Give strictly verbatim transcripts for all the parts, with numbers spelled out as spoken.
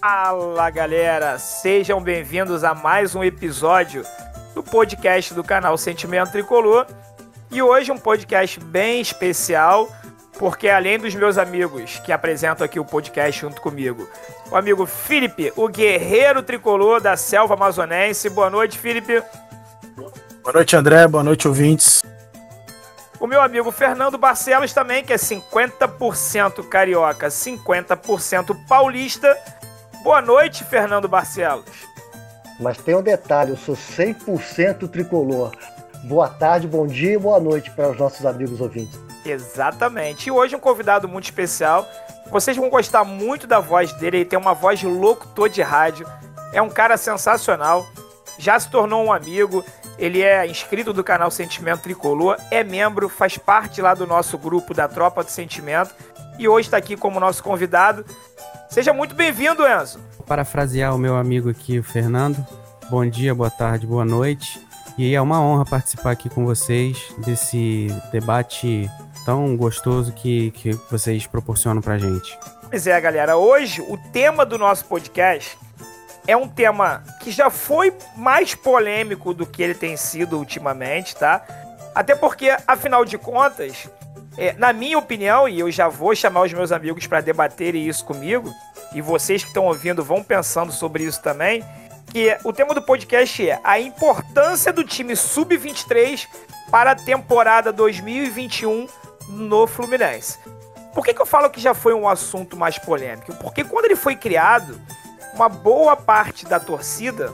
Fala galera, sejam bem-vindos a mais um episódio do podcast do canal Sentimento Tricolor. E hoje um podcast bem especial, porque além dos meus amigos que apresentam aqui o podcast junto comigo, o amigo Felipe, o guerreiro tricolor da selva amazonense. Boa noite, Felipe. Boa noite, André. Boa noite, ouvintes. O meu amigo Fernando Barcelos também, que é cinquenta por cento carioca, cinquenta por cento paulista. Boa noite, Fernando Barcelos. Mas tem um detalhe, eu sou cem por cento tricolor. Boa tarde, bom dia e boa noite para os nossos amigos ouvintes. Exatamente. E hoje um convidado muito especial. Vocês vão gostar muito da voz dele. Ele tem uma voz de locutor de rádio. É um cara sensacional. Já se tornou um amigo. Ele é inscrito do canal Sentimento Tricolor. É membro, faz parte lá do nosso grupo da Tropa do Sentimento. E hoje está aqui como nosso convidado. Seja muito bem-vindo, Enzo. Vou parafrasear o meu amigo aqui, o Fernando. Bom dia, boa tarde, boa noite. E é uma honra participar aqui com vocês desse debate tão gostoso que, que vocês proporcionam pra gente. Pois é, galera. Hoje, o tema do nosso podcast é um tema que já foi mais polêmico do que ele tem sido ultimamente, tá? Até porque, afinal de contas, é, na minha opinião, e eu já vou chamar os meus amigos para debaterem isso comigo, e vocês que estão ouvindo vão pensando sobre isso também, que o tema do podcast é a importância do time sub vinte e três para a temporada dois mil e vinte e um no Fluminense. Por que que eu falo que já foi um assunto mais polêmico? Porque quando ele foi criado, uma boa parte da torcida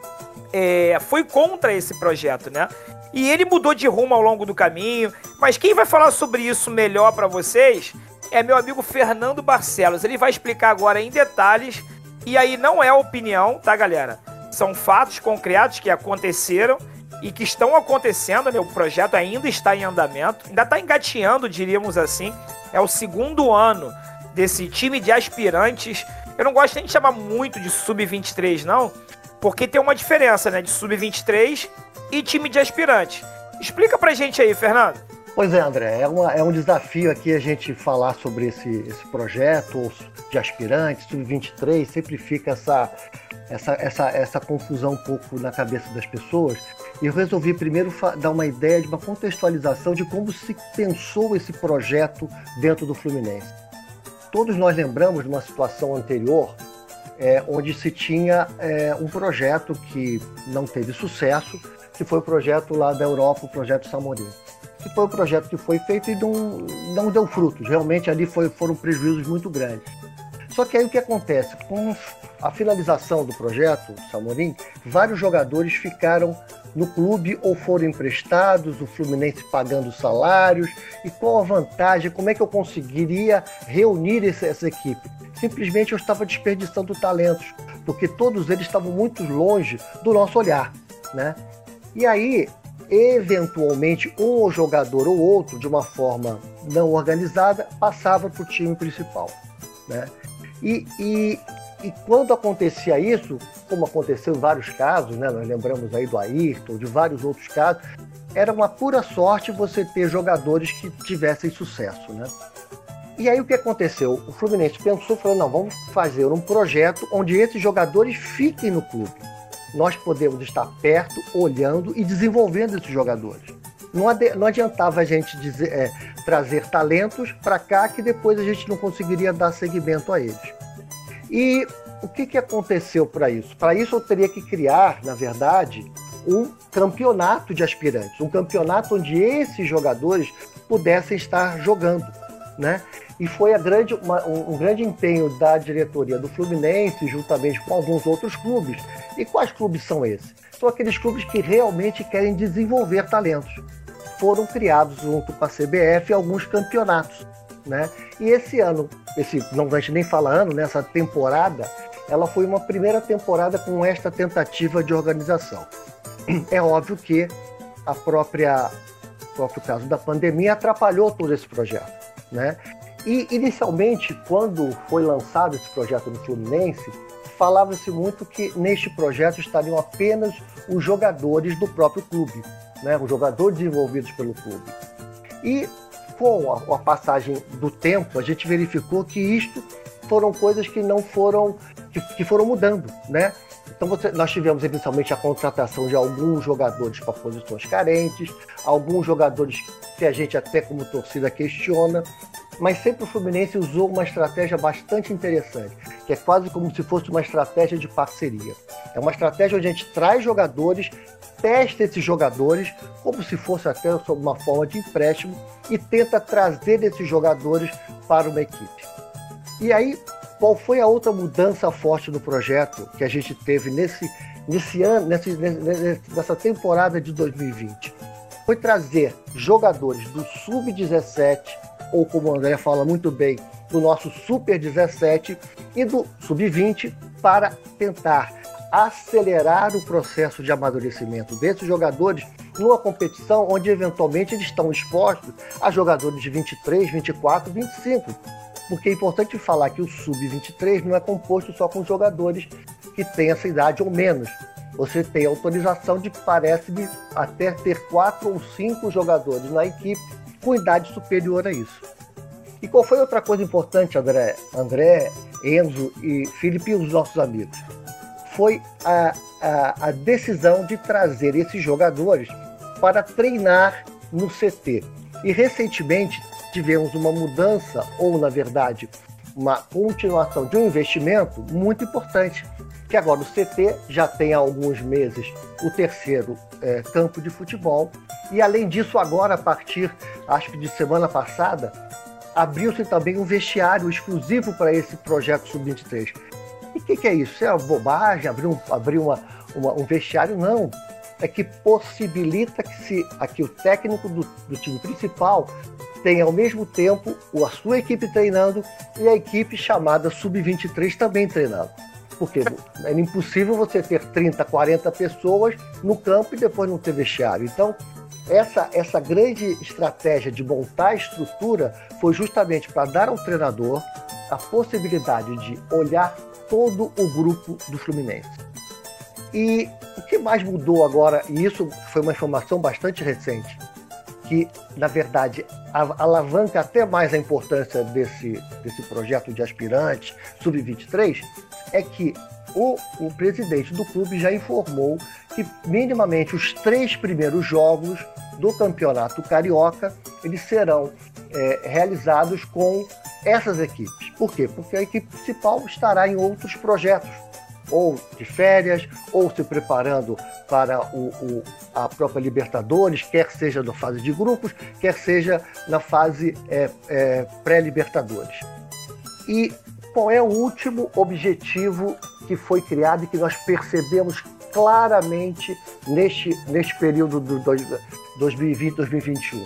é, foi contra esse projeto, né? E ele mudou de rumo ao longo do caminho, mas quem vai falar sobre isso melhor para vocês é meu amigo Fernando Barcelos. Ele vai explicar agora em detalhes, e aí não é opinião, tá, galera? São fatos concretos que aconteceram e que estão acontecendo, né? O projeto ainda está em andamento, ainda está engateando, diríamos assim. É o segundo ano desse time de aspirantes. Eu não gosto nem de chamar muito de sub vinte e três, não, porque tem uma diferença, né, de sub vinte e três e time de aspirantes. Explica pra gente aí, Fernando. Pois é, André, é, uma, é um desafio aqui a gente falar sobre esse, esse projeto de aspirantes, sub vinte e três, sempre fica essa, essa, essa, essa confusão um pouco na cabeça das pessoas. E eu resolvi primeiro dar uma ideia de uma contextualização de como se pensou esse projeto dentro do Fluminense. Todos nós lembramos de uma situação anterior, é, onde se tinha é, um projeto que não teve sucesso, que foi o projeto lá da Europa, o projeto Samorim. Que foi um projeto que foi feito e não, não deu frutos. Realmente ali foi, foram prejuízos muito grandes. Só que aí o que acontece? Com a finalização do projeto Samorim, vários jogadores ficaram no clube ou foram emprestados, o Fluminense pagando salários. E qual a vantagem? Como é que eu conseguiria reunir esse, essa equipe? Simplesmente eu estava desperdiçando talentos, porque todos eles estavam muito longe do nosso olhar, né? E aí, eventualmente, um jogador ou outro, de uma forma não organizada, passava para o time principal, né? E, e, e quando acontecia isso, como aconteceu em vários casos, né? Nós lembramos aí do Ayrton, de vários outros casos, era uma pura sorte você ter jogadores que tivessem sucesso, né? E aí o que aconteceu? O Fluminense pensou, falou, não, vamos fazer um projeto onde esses jogadores fiquem no clube. Nós podemos estar perto, olhando e desenvolvendo esses jogadores. Não, adi- não adiantava a gente dizer, é, trazer talentos para cá que depois a gente não conseguiria dar seguimento a eles. E o que, que aconteceu para isso? Para isso eu teria que criar, na verdade, um campeonato de aspirantes. Um campeonato onde esses jogadores pudessem estar jogando, né? E foi a grande, uma, um, um grande empenho da diretoria do Fluminense, juntamente com alguns outros clubes. E quais clubes são esses? São aqueles clubes que realmente querem desenvolver talentos. Foram criados junto com a C B F alguns campeonatos, né? E esse ano, esse, não a gente nem fala ano, nessa temporada, ela foi uma primeira temporada com esta tentativa de organização. É óbvio que a própria, o próprio caso da pandemia atrapalhou todo esse projeto, né? E, inicialmente, quando foi lançado esse projeto no Fluminense, falava-se muito que neste projeto estariam apenas os jogadores do próprio clube, né? Os jogadores desenvolvidos pelo clube. E com a, a passagem do tempo, a gente verificou que isto foram coisas que não foram que, que foram mudando, né? Então você, nós tivemos inicialmente a contratação de alguns jogadores para posições carentes, alguns jogadores que a gente até como torcida questiona, mas sempre o Fluminense usou uma estratégia bastante interessante, que é quase como se fosse uma estratégia de parceria. É uma estratégia onde a gente traz jogadores, testa esses jogadores como se fosse até sob uma forma de empréstimo e tenta trazer esses jogadores para uma equipe. E aí, qual foi a outra mudança forte do projeto que a gente teve nesse, nesse ano, nesse, nessa temporada de dois mil e vinte? Foi trazer jogadores do sub dezessete, ou como o André fala muito bem, do nosso super dezessete e do sub vinte para tentar acelerar o processo de amadurecimento desses jogadores numa competição onde eventualmente eles estão expostos a jogadores de vinte e três, vinte e quatro, vinte e cinco. Porque é importante falar que o sub vinte e três não é composto só com jogadores que têm essa idade ou menos. Você tem autorização de, parece-me, até ter quatro ou cinco jogadores na equipe com idade superior a isso. E qual foi outra coisa importante, André, André, Enzo e Felipe e os nossos amigos? Foi a, a, a decisão de trazer esses jogadores para treinar no C T. E recentemente tivemos uma mudança, ou na verdade, uma continuação de um investimento muito importante, que agora o C T já tem há alguns meses o terceiro é, campo de futebol, e além disso agora, a partir, acho que de semana passada, abriu-se também um vestiário exclusivo para esse projeto sub vinte e três. E o que, que é isso? Isso é uma bobagem, abrir um, abrir uma, uma, um vestiário? Não. É que possibilita que se, aqui o técnico do, do time principal tenha ao mesmo tempo a sua equipe treinando e a equipe chamada sub vinte e três também treinando. Porque é impossível você ter trinta, quarenta pessoas no campo e depois não ter vestiário. Então, essa, essa grande estratégia de montar a estrutura foi justamente para dar ao treinador a possibilidade de olhar todo o grupo do Fluminense. E o que mais mudou agora, e isso foi uma informação bastante recente, que, na verdade, alavanca até mais a importância desse, desse projeto de aspirantes sub vinte e três, é que o, o presidente do clube já informou que, minimamente, os três primeiros jogos do Campeonato Carioca, eles serão é, realizados com essas equipes. Por quê? Porque a equipe principal estará em outros projetos, ou de férias, ou se preparando para o, o, a própria Libertadores, quer seja na fase de grupos, quer seja na fase é, é, pré-Libertadores. E qual é o último objetivo que foi criado e que nós percebemos claramente neste, neste período do dois mil e vinte, dois mil e vinte e um?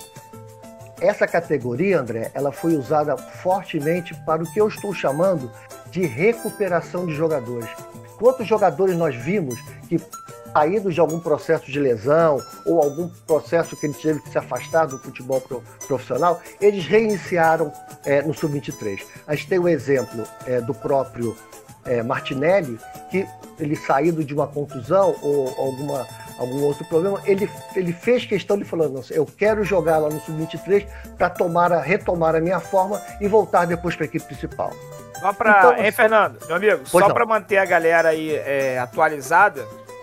Essa categoria, André, ela foi usada fortemente para o que eu estou chamando de recuperação de jogadores. Quantos jogadores nós vimos que, saídos de algum processo de lesão ou algum processo que ele teve que se afastar do futebol profissional, eles reiniciaram é, no sub vinte e três. A gente tem o exemplo é, do próprio é, Martinelli, que ele saído de uma contusão ou alguma, algum outro problema, ele, ele fez questão de falar, não, eu quero jogar lá no sub vinte e três para tomar a, retomar a minha forma e voltar depois para a equipe principal. Só pra... Então, hein, Fernando? Meu amigo, só para manter a galera aí é, atualizada,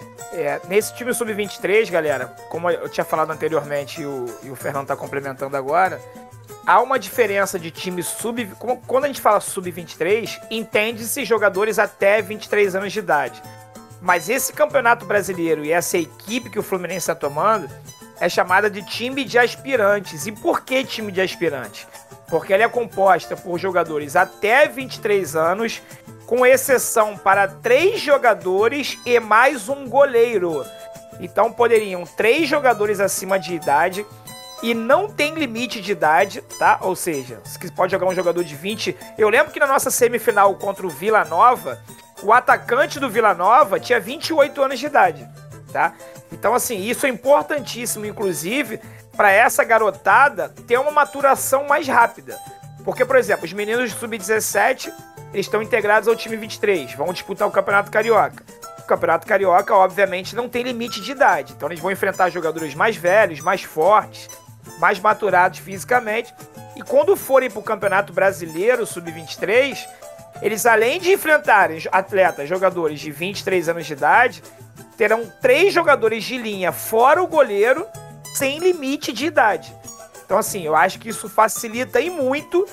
é, nesse time sub vinte e três, galera, como eu tinha falado anteriormente e o, e o Fernando tá complementando agora, há uma diferença de time sub... Como, quando a gente fala sub vinte e três, entende-se jogadores até vinte e três anos de idade. Mas esse campeonato brasileiro e essa equipe que o Fluminense está tomando é chamada de time de aspirantes. E por que time de aspirantes? Porque ela é composta por jogadores até vinte e três anos, com exceção para três jogadores e mais um goleiro. Então poderiam três jogadores acima de idade e não tem limite de idade, tá? Ou seja, você pode jogar um jogador de vinte. Eu lembro que na nossa semifinal contra o Vila Nova, o atacante do Vila Nova tinha vinte e oito anos de idade, tá? Então, assim, isso é importantíssimo, inclusive, para essa garotada ter uma maturação mais rápida. Porque, por exemplo, os meninos do sub dezessete, eles estão integrados ao time vinte e três, vão disputar o Campeonato Carioca. O Campeonato Carioca, obviamente, não tem limite de idade. Então, eles vão enfrentar jogadores mais velhos, mais fortes, mais maturados fisicamente. E quando forem para o Campeonato Brasileiro sub vinte e três, eles além de enfrentarem atletas, jogadores de vinte e três anos de idade, terão três jogadores de linha, fora o goleiro, sem limite de idade. Então, assim, eu acho que isso facilita e muito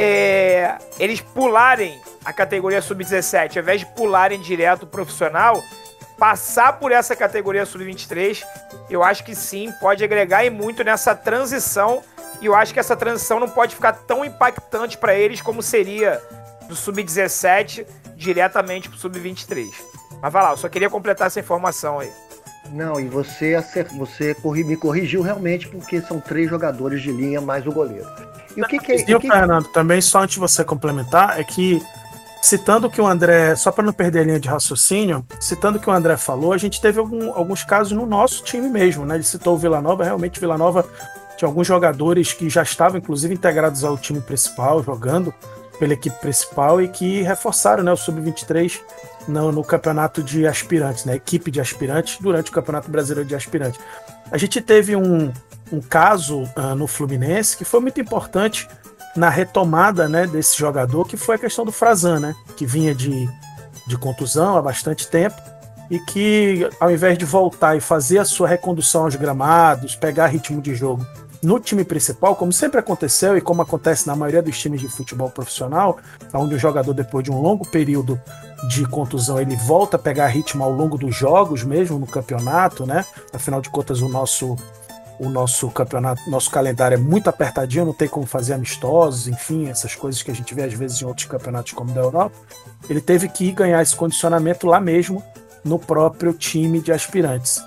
é, eles pularem a categoria sub dezessete, ao invés de pularem direto o profissional, passar por essa categoria sub vinte e três, eu acho que sim, pode agregar e muito nessa transição, e eu acho que essa transição não pode ficar tão impactante para eles como seria do sub dezessete diretamente pro sub vinte e três. Mas vai lá, eu só queria completar essa informação aí. Não, e você, acert... você corri... me corrigiu realmente, porque são três jogadores de linha mais o goleiro. E o que, que é... E o que... Fernando, também, só antes de você complementar, é que, citando o que o André, só para não perder a linha de raciocínio, citando o que o André falou, a gente teve algum, alguns casos no nosso time mesmo, né? Ele citou o Vila Nova, realmente o Vila Nova tinha alguns jogadores que já estavam, inclusive, integrados ao time principal, jogando pela equipe principal, e que reforçaram, né, o sub vinte e três no, no campeonato de aspirantes, né, equipe de aspirantes, durante o Campeonato Brasileiro de Aspirantes. A gente teve um, um caso uh, no Fluminense que foi muito importante na retomada, né, desse jogador, que foi a questão do Frazan, né, que vinha de, de contusão há bastante tempo, e que, ao invés de voltar e fazer a sua recondução aos gramados, pegar ritmo de jogo no time principal, como sempre aconteceu e como acontece na maioria dos times de futebol profissional, onde o jogador, depois de um longo período de contusão, ele volta a pegar ritmo ao longo dos jogos, mesmo no campeonato, né? Afinal de contas, o nosso, o nosso campeonato, nosso calendário é muito apertadinho, não tem como fazer amistosos, enfim, essas coisas que a gente vê às vezes em outros campeonatos como da Europa. Ele teve que ir ganhar esse condicionamento lá mesmo, no próprio time de aspirantes.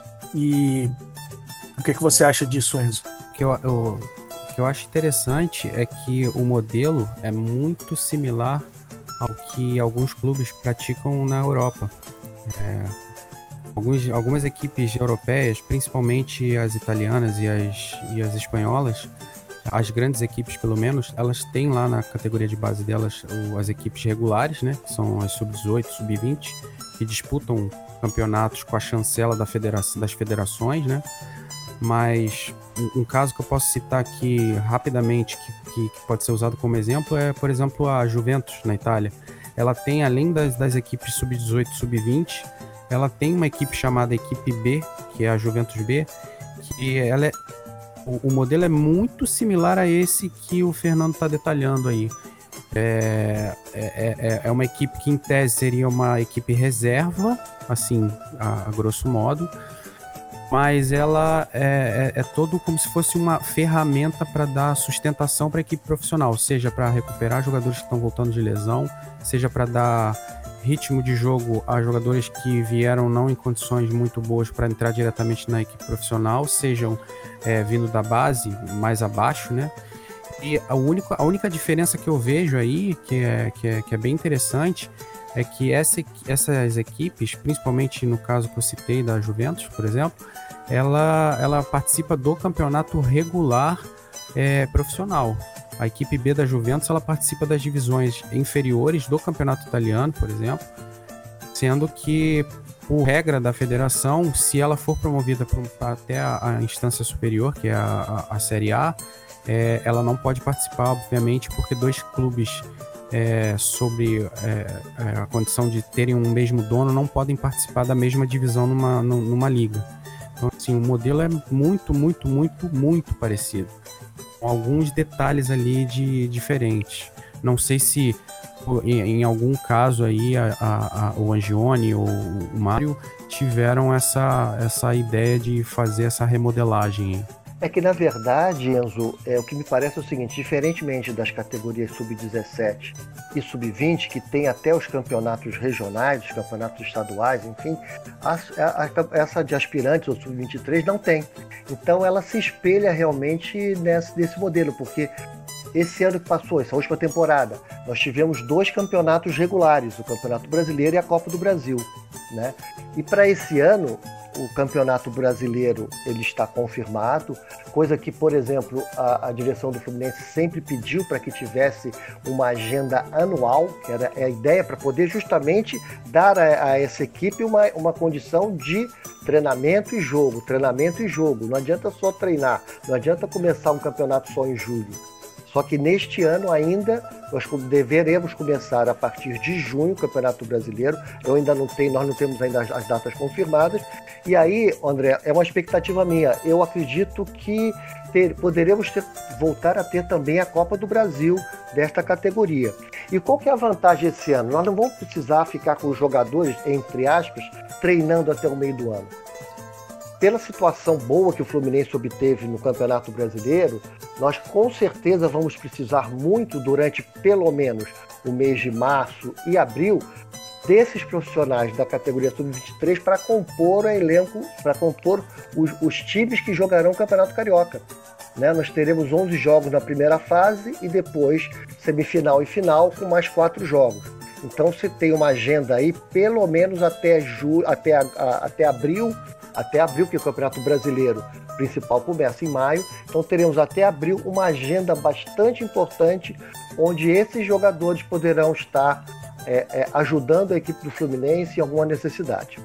E o que, que você acha disso, Enzo? O que eu, eu, o que eu acho interessante é que o modelo é muito similar ao que alguns clubes praticam na Europa. É, alguns, algumas equipes europeias, principalmente as italianas e as, e as espanholas, as grandes equipes pelo menos, elas têm lá na categoria de base delas o, as equipes regulares, né, que são as sub dezoito, sub vinte, que disputam campeonatos com a chancela da federa- das federações, né? Mas um, um caso que eu posso citar aqui rapidamente, que, que, que pode ser usado como exemplo, é, por exemplo, a Juventus na Itália. Ela tem, além das, das equipes sub dezoito e sub vinte, ela tem uma equipe chamada equipe B, que é a Juventus B, que ela é, o, o modelo é muito similar a esse que o Fernando está detalhando aí. É, é, é, é uma equipe que, em tese, seria uma equipe reserva, assim, a, a grosso modo, mas ela é, é, é todo como se fosse uma ferramenta para dar sustentação para a equipe profissional, seja para recuperar jogadores que estão voltando de lesão, seja para dar ritmo de jogo a jogadores que vieram não em condições muito boas para entrar diretamente na equipe profissional, sejam é, vindo da base, mais abaixo, né? E a única, a única diferença que eu vejo aí, que é, que é, que é bem interessante, é que essa, essas equipes, principalmente no caso que eu citei da Juventus, por exemplo, ela, ela participa do campeonato regular é, profissional. A equipe B da Juventus, ela participa das divisões inferiores do campeonato italiano, por exemplo, sendo que, por regra da federação, se ela for promovida pra, até a, a instância superior, que é a, a, a Série A, é, ela não pode participar, obviamente, porque dois clubes É, sobre é, a condição de terem um mesmo dono não podem participar da mesma divisão numa, numa liga. Então, assim, o modelo é muito, muito, muito, muito parecido, com alguns detalhes ali de diferentes. Não sei se em, em algum caso aí a, a, a, o Angione ou o Mário tiveram essa, essa ideia de fazer essa remodelagem. É que, na verdade, Enzo, é, o que me parece é o seguinte: diferentemente das categorias sub dezessete e sub vinte, que tem até os campeonatos regionais, os campeonatos estaduais, enfim, a, a, a, essa de aspirantes ou sub vinte e três não tem. Então ela se espelha realmente nesse, nesse modelo, porque esse ano que passou, essa última temporada, nós tivemos dois campeonatos regulares, o Campeonato Brasileiro e a Copa do Brasil, né? E para esse ano, o Campeonato Brasileiro ele está confirmado, coisa que, por exemplo, a, a direção do Fluminense sempre pediu para que tivesse uma agenda anual, que era a ideia para poder justamente dar a, a essa equipe uma, uma condição de treinamento e jogo, treinamento e jogo. Não adianta só treinar, não adianta começar um campeonato só em julho. Só que neste ano ainda nós deveremos começar a partir de junho o Campeonato Brasileiro. Eu ainda não tenho, nós não temos ainda as, as datas confirmadas. E aí, André, é uma expectativa minha. Eu acredito que ter, poderemos ter, voltar a ter também a Copa do Brasil desta categoria. E qual que é a vantagem esse ano? Nós não vamos precisar ficar com os jogadores, entre aspas, treinando até o meio do ano. Pela situação boa que o Fluminense obteve no Campeonato Brasileiro, nós com certeza vamos precisar muito durante pelo menos o mês de março e abril desses profissionais da categoria sub vinte e três para compor o elenco, para compor os, os times que jogarão o Campeonato Carioca. Né? Nós teremos onze jogos na primeira fase e depois semifinal e final com mais quatro jogos. Então você tem uma agenda aí pelo menos até, ju, até, a, a, até abril, até abril, que o Campeonato Brasileiro principal começa em maio, então teremos até abril uma agenda bastante importante, onde esses jogadores poderão estar é, é, ajudando a equipe do Fluminense em alguma necessidade.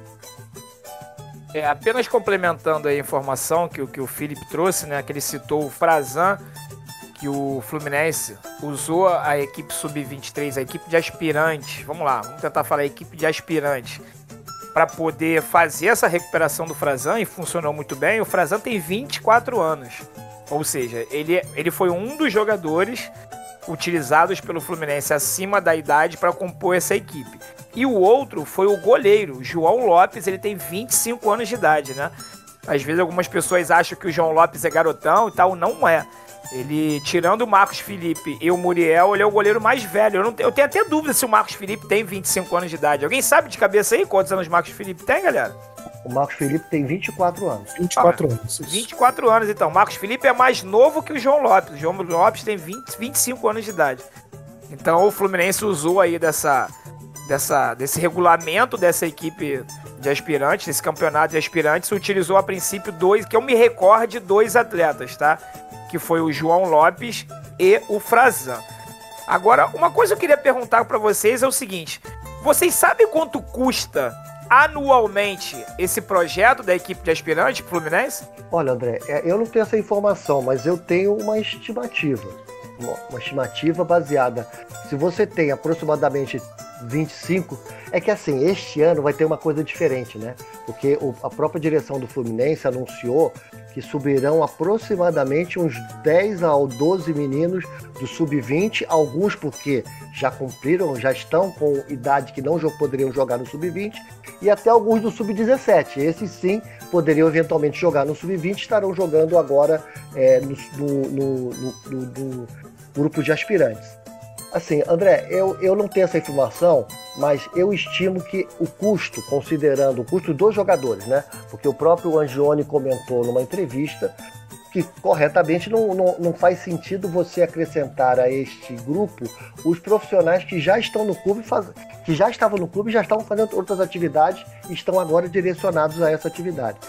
É, apenas complementando a informação que, que o Felipe trouxe, né, que ele citou o Frazan, que o Fluminense usou a equipe sub vinte e três, a equipe de aspirantes, vamos lá, vamos tentar falar a equipe de aspirantes, para poder fazer essa recuperação do Frazan, e funcionou muito bem. O Frazan tem vinte e quatro anos, ou seja, ele, ele foi um dos jogadores utilizados pelo Fluminense acima da idade para compor essa equipe. E o outro foi o goleiro, João Lopes, ele tem vinte e cinco anos de idade, né? Às vezes algumas pessoas acham que o João Lopes é garotão e tal, não é. Ele, tirando o Marcos Felipe e o Muriel, ele é o goleiro mais velho. Eu, não, eu tenho até dúvida se o Marcos Felipe tem vinte e cinco anos de idade. Alguém sabe de cabeça aí quantos anos o Marcos Felipe tem, galera? O Marcos Felipe tem vinte e quatro anos. vinte e quatro ah, anos. vinte e quatro anos, então. O Marcos Felipe é mais novo que o João Lopes. O João Lopes tem vinte, vinte e cinco anos de idade. Então o Fluminense usou aí dessa, dessa, desse regulamento dessa equipe de aspirantes, desse campeonato de aspirantes, utilizou a princípio dois, que eu me recorde, dois atletas, tá? Que foi o João Lopes e o Frazan. Agora, uma coisa que eu queria perguntar para vocês é o seguinte: vocês sabem quanto custa anualmente esse projeto da equipe de aspirante Fluminense? Olha, André, eu não tenho essa informação, mas eu tenho uma estimativa. Uma estimativa baseada. Se você tem aproximadamente vinte e cinco, é que assim, este ano vai ter uma coisa diferente, né? Porque a própria direção do Fluminense anunciou que subirão aproximadamente uns dez a doze meninos do sub vinte, alguns porque já cumpriram, já estão com idade que não poderiam jogar no sub vinte, e até alguns do sub dezessete. Esses sim poderiam eventualmente jogar no sub vinte, estarão jogando agora é, no, no, no, no, no grupo de aspirantes. Assim, André, eu, eu não tenho essa informação, mas eu estimo que o custo, considerando o custo dos jogadores, né? Porque o próprio Angione comentou numa entrevista que corretamente não, não, não faz sentido você acrescentar a este grupo os profissionais que já estão no clube, faz, que já estavam no clube, já estavam fazendo outras atividades e estão agora direcionados a essa atividade.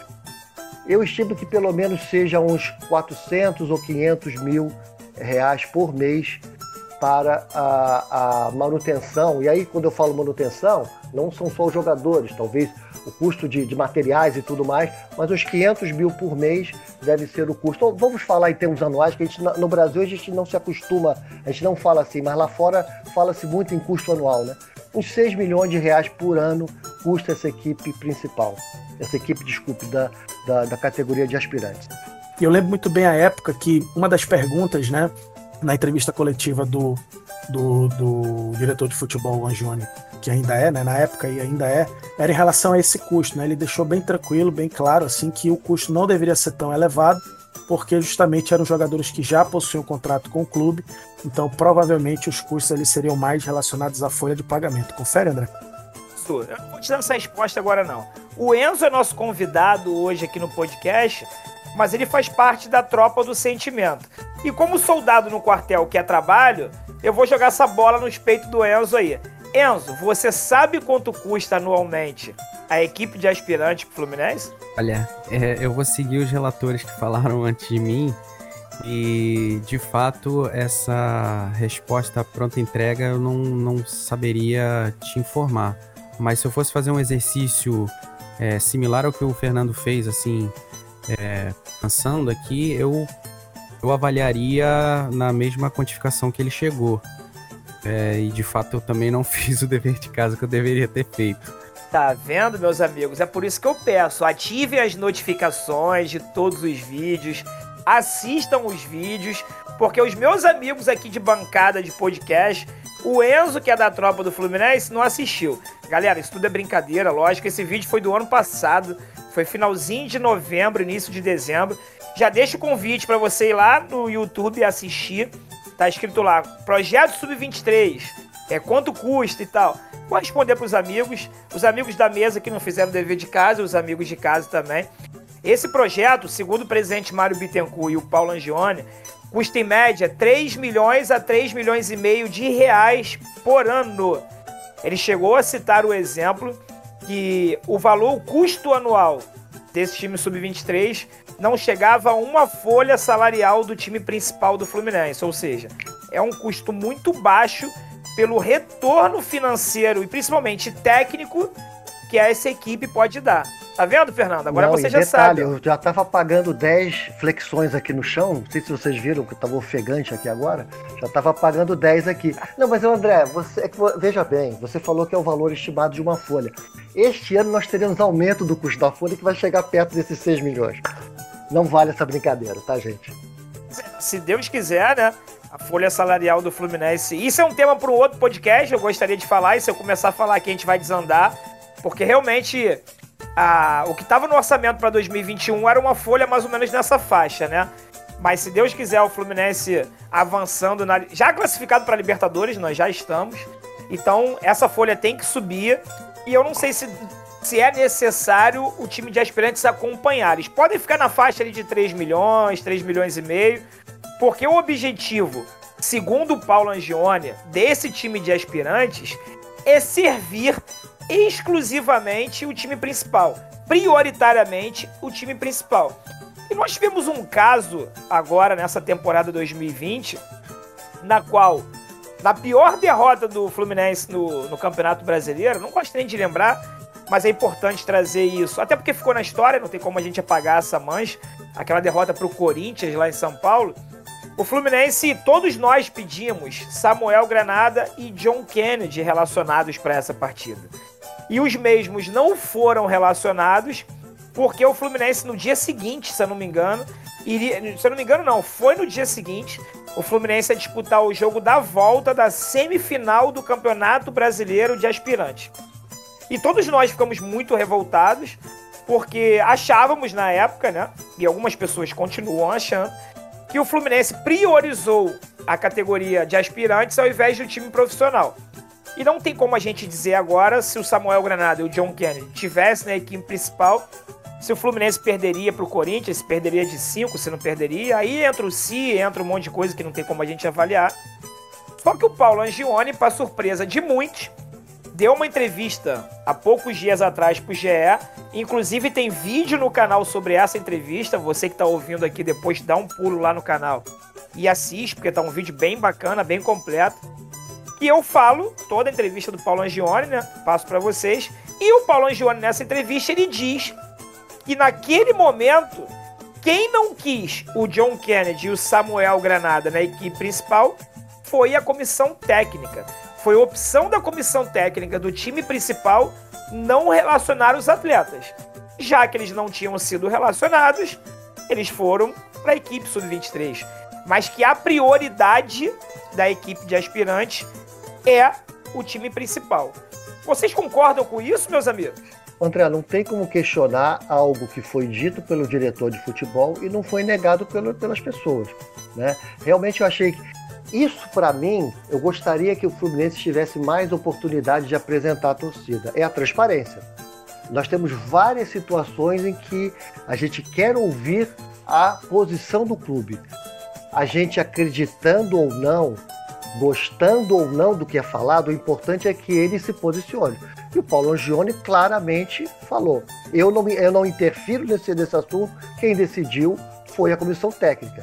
Eu estimo que pelo menos seja uns quatrocentos ou quinhentos mil reais por mês para a, a manutenção. E aí, quando eu falo manutenção, não são só os jogadores, talvez o custo de, de materiais e tudo mais, mas os quinhentos mil por mês deve ser o custo. Então, vamos falar em termos anuais, que a gente, no Brasil a gente não se acostuma, a gente não fala assim, mas lá fora fala-se muito em custo anual, né? Uns seis milhões de reais por ano custa essa equipe principal, essa equipe, desculpe, da, da, da categoria de aspirantes. E eu lembro muito bem a época que uma das perguntas, né, na entrevista coletiva do, do, do diretor de futebol, o Angione, que ainda é, né, na época e ainda é, era em relação a esse custo, né? Ele deixou bem tranquilo, bem claro, assim, que o custo não deveria ser tão elevado, porque justamente eram jogadores que já possuíam contrato com o clube, então provavelmente os custos ali seriam mais relacionados à folha de pagamento. Confere, André? Eu não vou te dar essa resposta agora, não. O Enzo é nosso convidado hoje aqui no podcast, mas ele faz parte da tropa do sentimento. E como soldado no quartel que é trabalho, eu vou jogar essa bola nos peitos do Enzo aí. Enzo, você sabe quanto custa anualmente a equipe de aspirante pro Fluminense? Olha, é, eu vou seguir os relatores que falaram antes de mim e, de fato, essa resposta pronta entrega eu não, não saberia te informar. Mas se eu fosse fazer um exercício é, similar ao que o Fernando fez, assim, é, pensando aqui, eu eu avaliaria na mesma quantificação que ele chegou. É, e de fato eu também não fiz o dever de casa que eu deveria ter feito. Tá vendo, meus amigos? É por isso que eu peço, ativem as notificações de todos os vídeos, assistam os vídeos, porque os meus amigos aqui de bancada de podcast, o Enzo, que é da tropa do Fluminense, não assistiu. Galera, isso tudo é brincadeira, lógico. Esse vídeo foi do ano passado, foi finalzinho de novembro, início de dezembro. Já deixo o convite para você ir lá no YouTube e assistir. Tá escrito lá, Projeto Sub vinte e três, é, quanto custa e tal. Vou responder pros amigos, os amigos da mesa que não fizeram dever de casa, os amigos de casa também. Esse projeto, segundo o presidente Mário Bittencourt e o Paulo Angione, custa em média três milhões a três milhões e meio de reais por ano. Ele chegou a citar o exemplo que o valor, o custo anual desse time sub vinte e três não chegava a uma folha salarial do time principal do Fluminense, ou seja, é um custo muito baixo pelo retorno financeiro e principalmente técnico que essa equipe pode dar. Tá vendo, Fernando? Agora não, você já detalhe, sabe. Eu já tava pagando dez flexões aqui no chão. Não sei se vocês viram que eu tava ofegante aqui agora. Já tava pagando dez aqui. Não, mas André, você, é que, veja bem, você falou que é o valor estimado de uma folha. Este ano nós teremos aumento do custo da folha que vai chegar perto desses seis milhões. Não vale essa brincadeira, tá, gente? Se Deus quiser, né? A folha salarial do Fluminense. Isso é um tema para um outro podcast, eu gostaria de falar. E se eu começar a falar aqui, a gente vai desandar. Porque realmente, a, o que estava no orçamento para dois mil e vinte e um era uma folha mais ou menos nessa faixa, né? Mas se Deus quiser, o Fluminense avançando, na, já classificado para Libertadores, nós já estamos. Então, essa folha tem que subir. E eu não sei se, se é necessário o time de aspirantes acompanhar. Eles podem ficar na faixa ali de três milhões, três milhões e meio. Porque o objetivo, segundo o Paulo Angione, desse time de aspirantes é servir exclusivamente o time principal, prioritariamente o time principal. E nós tivemos um caso agora nessa temporada dois mil e vinte, na qual, na pior derrota do Fluminense no, no Campeonato Brasileiro, não gosto nem de lembrar, mas é importante trazer isso, até porque ficou na história, não tem como a gente apagar essa mancha, aquela derrota para o Corinthians lá em São Paulo. O Fluminense, todos nós pedimos Samuel Granada e John Kennedy relacionados para essa partida. E os mesmos não foram relacionados porque o Fluminense no dia seguinte, se eu não me engano, iria, se eu não me engano não, foi no dia seguinte, o Fluminense ia disputar o jogo da volta da semifinal do Campeonato Brasileiro de Aspirantes. E todos nós ficamos muito revoltados porque achávamos na época, né, e algumas pessoas continuam achando, que o Fluminense priorizou a categoria de aspirantes ao invés do time profissional. E não tem como a gente dizer agora se o Samuel Granada e o John Kennedy tivessem na equipe principal, se o Fluminense perderia para o Corinthians, se perderia de cinco, se não perderia. Aí entra o si, entra um monte de coisa que não tem como a gente avaliar. Só que o Paulo Angione, para surpresa de muitos, deu uma entrevista há poucos dias atrás para o G E, inclusive tem vídeo no canal sobre essa entrevista, você que está ouvindo aqui depois dá um pulo lá no canal e assiste, porque tá um vídeo bem bacana, bem completo. E eu falo toda a entrevista do Paulo Angione, né, passo para vocês, e o Paulo Angione nessa entrevista ele diz que naquele momento, quem não quis o John Kennedy e o Samuel Granada na equipe principal foi a comissão técnica. Foi a opção da comissão técnica do time principal não relacionar os atletas. Já que eles não tinham sido relacionados, eles foram para a equipe sub vinte e três. Mas que a prioridade da equipe de aspirantes é o time principal. Vocês concordam com isso, meus amigos? André, não tem como questionar algo que foi dito pelo diretor de futebol e não foi negado pelo, pelas pessoas, né? Realmente eu achei que isso, para mim, eu gostaria que o Fluminense tivesse mais oportunidade de apresentar a torcida. É a transparência. Nós temos várias situações em que a gente quer ouvir a posição do clube. A gente acreditando ou não, gostando ou não do que é falado, o importante é que ele se posicione. E o Paulo Angione claramente falou. Eu não, eu não interfiro nesse, nesse assunto, quem decidiu foi a comissão técnica.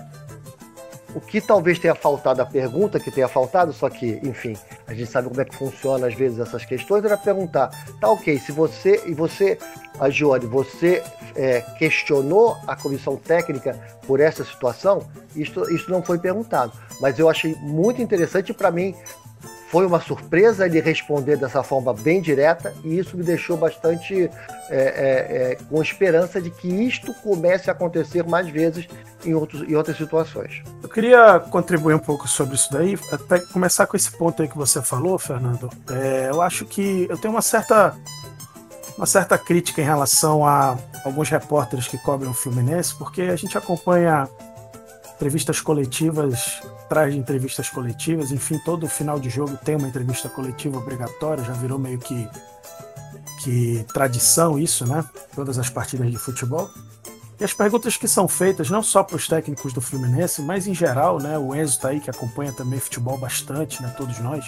O que talvez tenha faltado, a pergunta que tenha faltado, só que, enfim, a gente sabe como é que funciona às vezes essas questões, era perguntar, tá ok, se você, e você Agione, você é, questionou a comissão técnica por essa situação? Isso, isso não foi perguntado, mas eu achei muito interessante. Para mim foi uma surpresa ele responder dessa forma bem direta, e isso me deixou bastante é, é, é, com esperança de que isto comece a acontecer mais vezes em, outros, em outras situações. Eu queria contribuir um pouco sobre isso daí, até começar com esse ponto aí que você falou, Fernando. É, eu acho que eu tenho uma certa, uma certa crítica em relação a alguns repórteres que cobrem o Fluminense, porque a gente acompanha entrevistas coletivas, atrás de entrevistas coletivas, enfim, todo final de jogo tem uma entrevista coletiva obrigatória, já virou meio que, que tradição isso, né? Todas as partidas de futebol. E as perguntas que são feitas, não só para os técnicos do Fluminense, mas em geral, né? O Enzo tá aí, que acompanha também futebol bastante, né? Todos nós.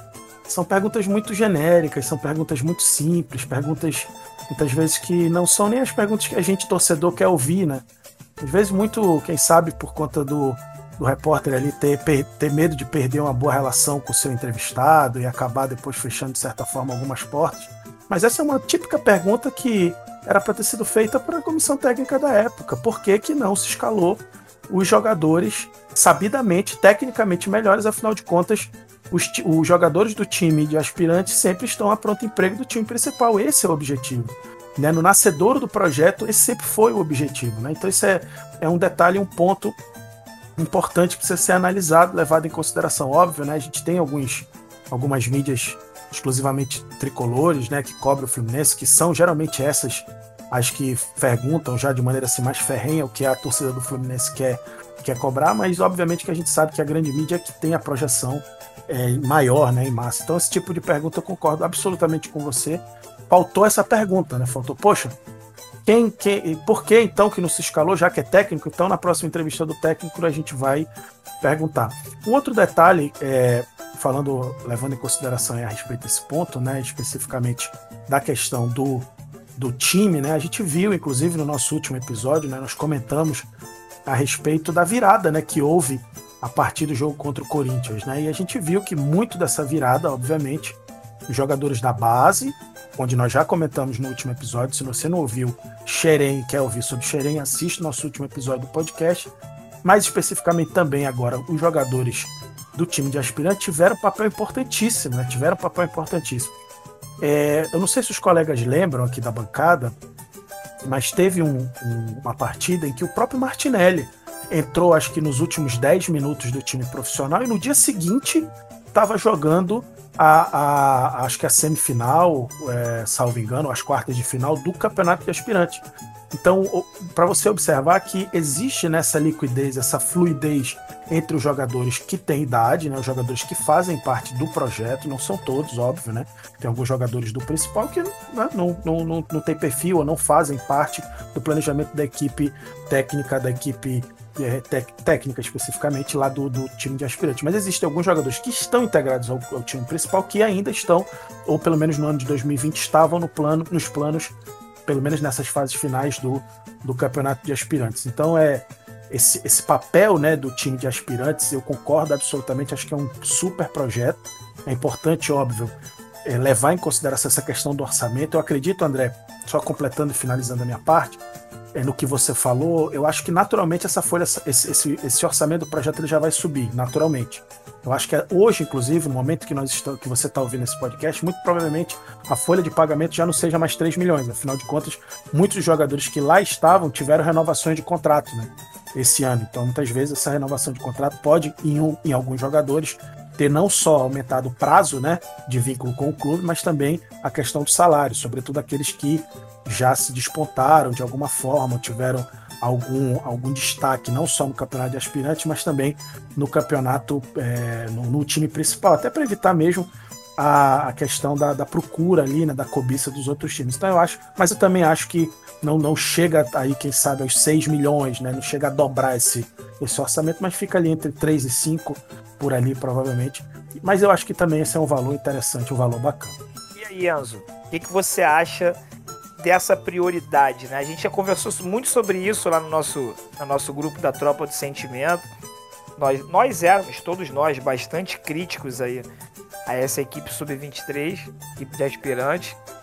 São perguntas muito genéricas, são perguntas muito simples, perguntas, muitas vezes, que não são nem as perguntas que a gente, torcedor, quer ouvir, né? Às vezes muito, quem sabe, por conta do, do repórter ali ter, ter medo de perder uma boa relação com o seu entrevistado e acabar depois fechando, de certa forma, algumas portas. Mas essa é uma típica pergunta que era para ter sido feita para a comissão técnica da época. Por que que não se escalou os jogadores sabidamente, tecnicamente melhores? Afinal de contas, os, os jogadores do time de aspirantes sempre estão a pronto emprego do time principal. Esse é o objetivo. Né, no nascedouro do projeto, esse sempre foi o objetivo. Né? Então isso é, é um detalhe, um ponto importante que precisa ser analisado, levado em consideração. Óbvio, né? A gente tem alguns, algumas mídias exclusivamente tricolores, né, que cobrem o Fluminense, que são geralmente essas as que perguntam já de maneira assim, mais ferrenha o que a torcida do Fluminense quer, quer cobrar, mas obviamente que a gente sabe que a grande mídia é que tem a projeção é, maior, né, em massa. Então esse tipo de pergunta eu concordo absolutamente com você. Faltou essa pergunta, né? Faltou, poxa, quem, quem, por que então que não se escalou, já que é técnico? Então, na próxima entrevista do técnico, a gente vai perguntar. Um outro detalhe, é, falando, levando em consideração a respeito desse ponto, né, especificamente da questão do, do time, né, a gente viu, inclusive, no nosso último episódio, né, nós comentamos a respeito da virada, né, que houve a partir do jogo contra o Corinthians, né, e a gente viu que muito dessa virada, obviamente, os jogadores da base, onde nós já comentamos no último episódio. Se você não ouviu Xerém e quer ouvir sobre Xerém, assiste nosso último episódio do podcast. Mais especificamente também agora, os jogadores do time de aspirante tiveram um papel importantíssimo, né? Tiveram um papel importantíssimo. É, eu não sei se os colegas lembram aqui da bancada, mas teve um, um, uma partida em que o próprio Martinelli entrou, acho que nos últimos dez minutos do time profissional, e no dia seguinte estava jogando A, a, acho que a semifinal, é, salvo engano, as quartas de final do campeonato de aspirante. Então, para você observar que existe nessa liquidez, essa fluidez entre os jogadores que têm idade, né, os jogadores que fazem parte do projeto, não são todos, óbvio, né? Tem alguns jogadores do principal que, né, não, não, não, não tem perfil ou não fazem parte do planejamento da equipe técnica, da equipe É, tec, técnica especificamente lá do, do time de aspirantes, mas existem alguns jogadores que estão integrados ao, ao time principal, que ainda estão, ou pelo menos no ano de dois mil e vinte estavam no plano, nos planos, pelo menos nessas fases finais do, do campeonato de aspirantes. Então é esse, esse papel, né, do time de aspirantes, eu concordo absolutamente, acho que é um super projeto. É importante, óbvio, é, levar em consideração essa questão do orçamento. Eu acredito, André, só completando e finalizando a minha parte, É, no que você falou, eu acho que naturalmente essa folha, esse, esse, esse orçamento do projeto ele já vai subir, naturalmente. Eu acho que hoje, inclusive, no momento que, nós estamos, que você está ouvindo esse podcast, muito provavelmente a folha de pagamento já não seja mais três milhões. Afinal de contas, muitos jogadores que lá estavam tiveram renovações de contrato, né, esse ano. Então, muitas vezes, essa renovação de contrato pode, em, um, em alguns jogadores, ter não só aumentado o prazo, né, de vínculo com o clube, mas também a questão do salário, sobretudo aqueles que já se despontaram de alguma forma, tiveram algum, algum destaque, não só no campeonato de aspirantes, mas também no campeonato, é, no, no time principal, até para evitar mesmo a, a questão da, da procura ali, né, da cobiça dos outros times. Então eu acho, mas eu também acho que não, não chega aí, quem sabe, aos seis milhões, né, não chega a dobrar esse, esse orçamento, mas fica ali entre três e cinco, por ali, provavelmente. Mas eu acho que também esse é um valor interessante, um valor bacana. E aí, Enzo, o que, que você acha dessa prioridade, né? A gente já conversou muito sobre isso lá no nosso, no nosso grupo da Tropa do Sentimento. Nós, nós éramos, todos nós, bastante críticos aí a essa equipe sub vinte e três, equipe de aspirantes.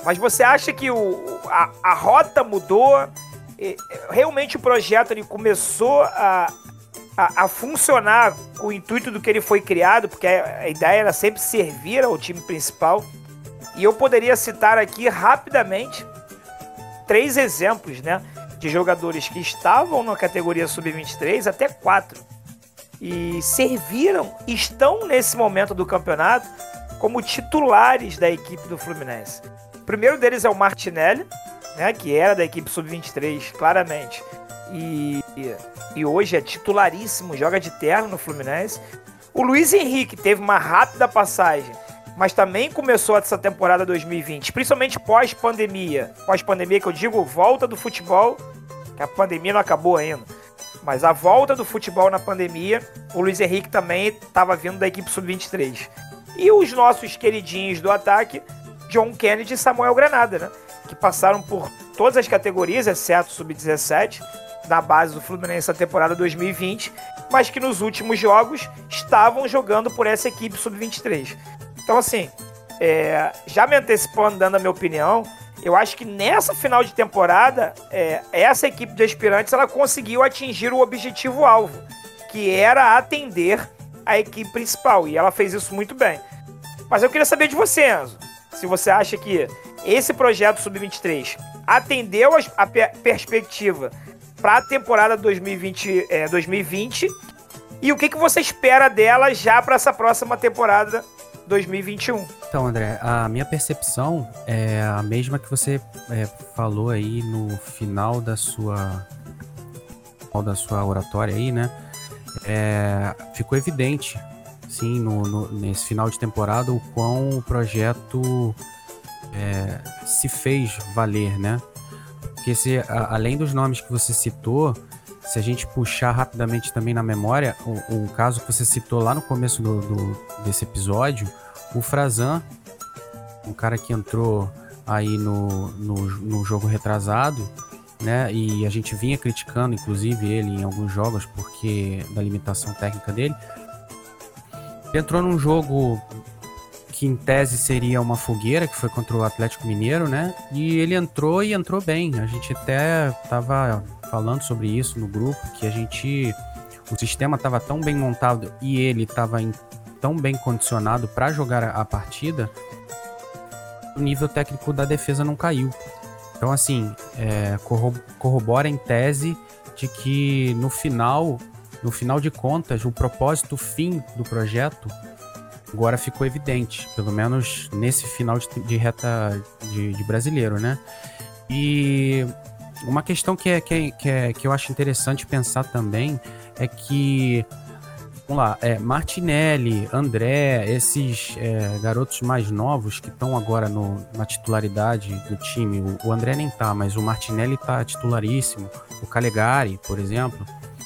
Mas você acha que o, a, a rota mudou? E, realmente o projeto ele começou a, a, a funcionar com o intuito do que ele foi criado, porque a, a ideia era sempre servir ao time principal. E eu poderia citar aqui rapidamente três exemplos, né, de jogadores que estavam na categoria sub vinte e três, até quatro, e serviram, estão nesse momento do campeonato como titulares da equipe do Fluminense. O primeiro deles é o Martinelli, né, que era da equipe sub vinte e três, claramente, e, e hoje é titularíssimo, joga de terno no Fluminense. O Luiz Henrique teve uma rápida passagem, mas também começou essa temporada dois mil e vinte, principalmente pós-pandemia. Pós-pandemia que eu digo, volta do futebol, que a pandemia não acabou ainda, mas a volta do futebol na pandemia, o Luiz Henrique também estava vindo da equipe sub vinte e três. E os nossos queridinhos do ataque, John Kennedy e Samuel Granada, né, que passaram por todas as categorias, exceto sub dezessete, na base do Fluminense na temporada dois mil e vinte, mas que nos últimos jogos estavam jogando por essa equipe sub vinte e três. Então, assim, é, já me antecipando, dando a minha opinião, eu acho que nessa final de temporada, é, essa equipe de aspirantes ela conseguiu atingir o objetivo-alvo, que era atender a equipe principal, e ela fez isso muito bem. Mas eu queria saber de você, Enzo, se você acha que esse projeto sub vinte e três atendeu a per- perspectiva para a temporada dois mil e vinte, é, dois mil e vinte, e o que, que você espera dela já para essa próxima temporada dois mil e vinte e um. Então, André, a minha percepção é a mesma que você é, falou aí no final da sua, da sua oratória aí, né? É, ficou evidente, sim, no, no, nesse final de temporada, o quão o projeto é, se fez valer, né? Porque se, a, além dos nomes que você citou, se a gente puxar rapidamente também na memória, o, o caso que você citou lá no começo do, do, desse episódio, o Frazan, um cara que entrou aí no, no, no jogo retrasado, né? E a gente vinha criticando, inclusive, ele em alguns jogos, porque da limitação técnica dele. Ele entrou num jogo que em tese seria uma fogueira, que foi contra o Atlético Mineiro, né? E ele entrou e entrou bem. A gente até tava falando sobre isso no grupo, que a gente... O sistema estava tão bem montado e ele estava tão bem condicionado para jogar a partida, o nível técnico da defesa não caiu. Então, assim, é, corrobora em tese de que no final, no final de contas, o propósito fim do projeto agora ficou evidente, pelo menos nesse final de, de reta de, de brasileiro, né? E uma questão que, é, que, é, que, é, que eu acho interessante pensar também é que, vamos lá, é, Martinelli, André, esses é, garotos mais novos que estão agora no, na titularidade do time, o, o André nem tá, mas o Martinelli tá titularíssimo, o Calegari, por exemplo,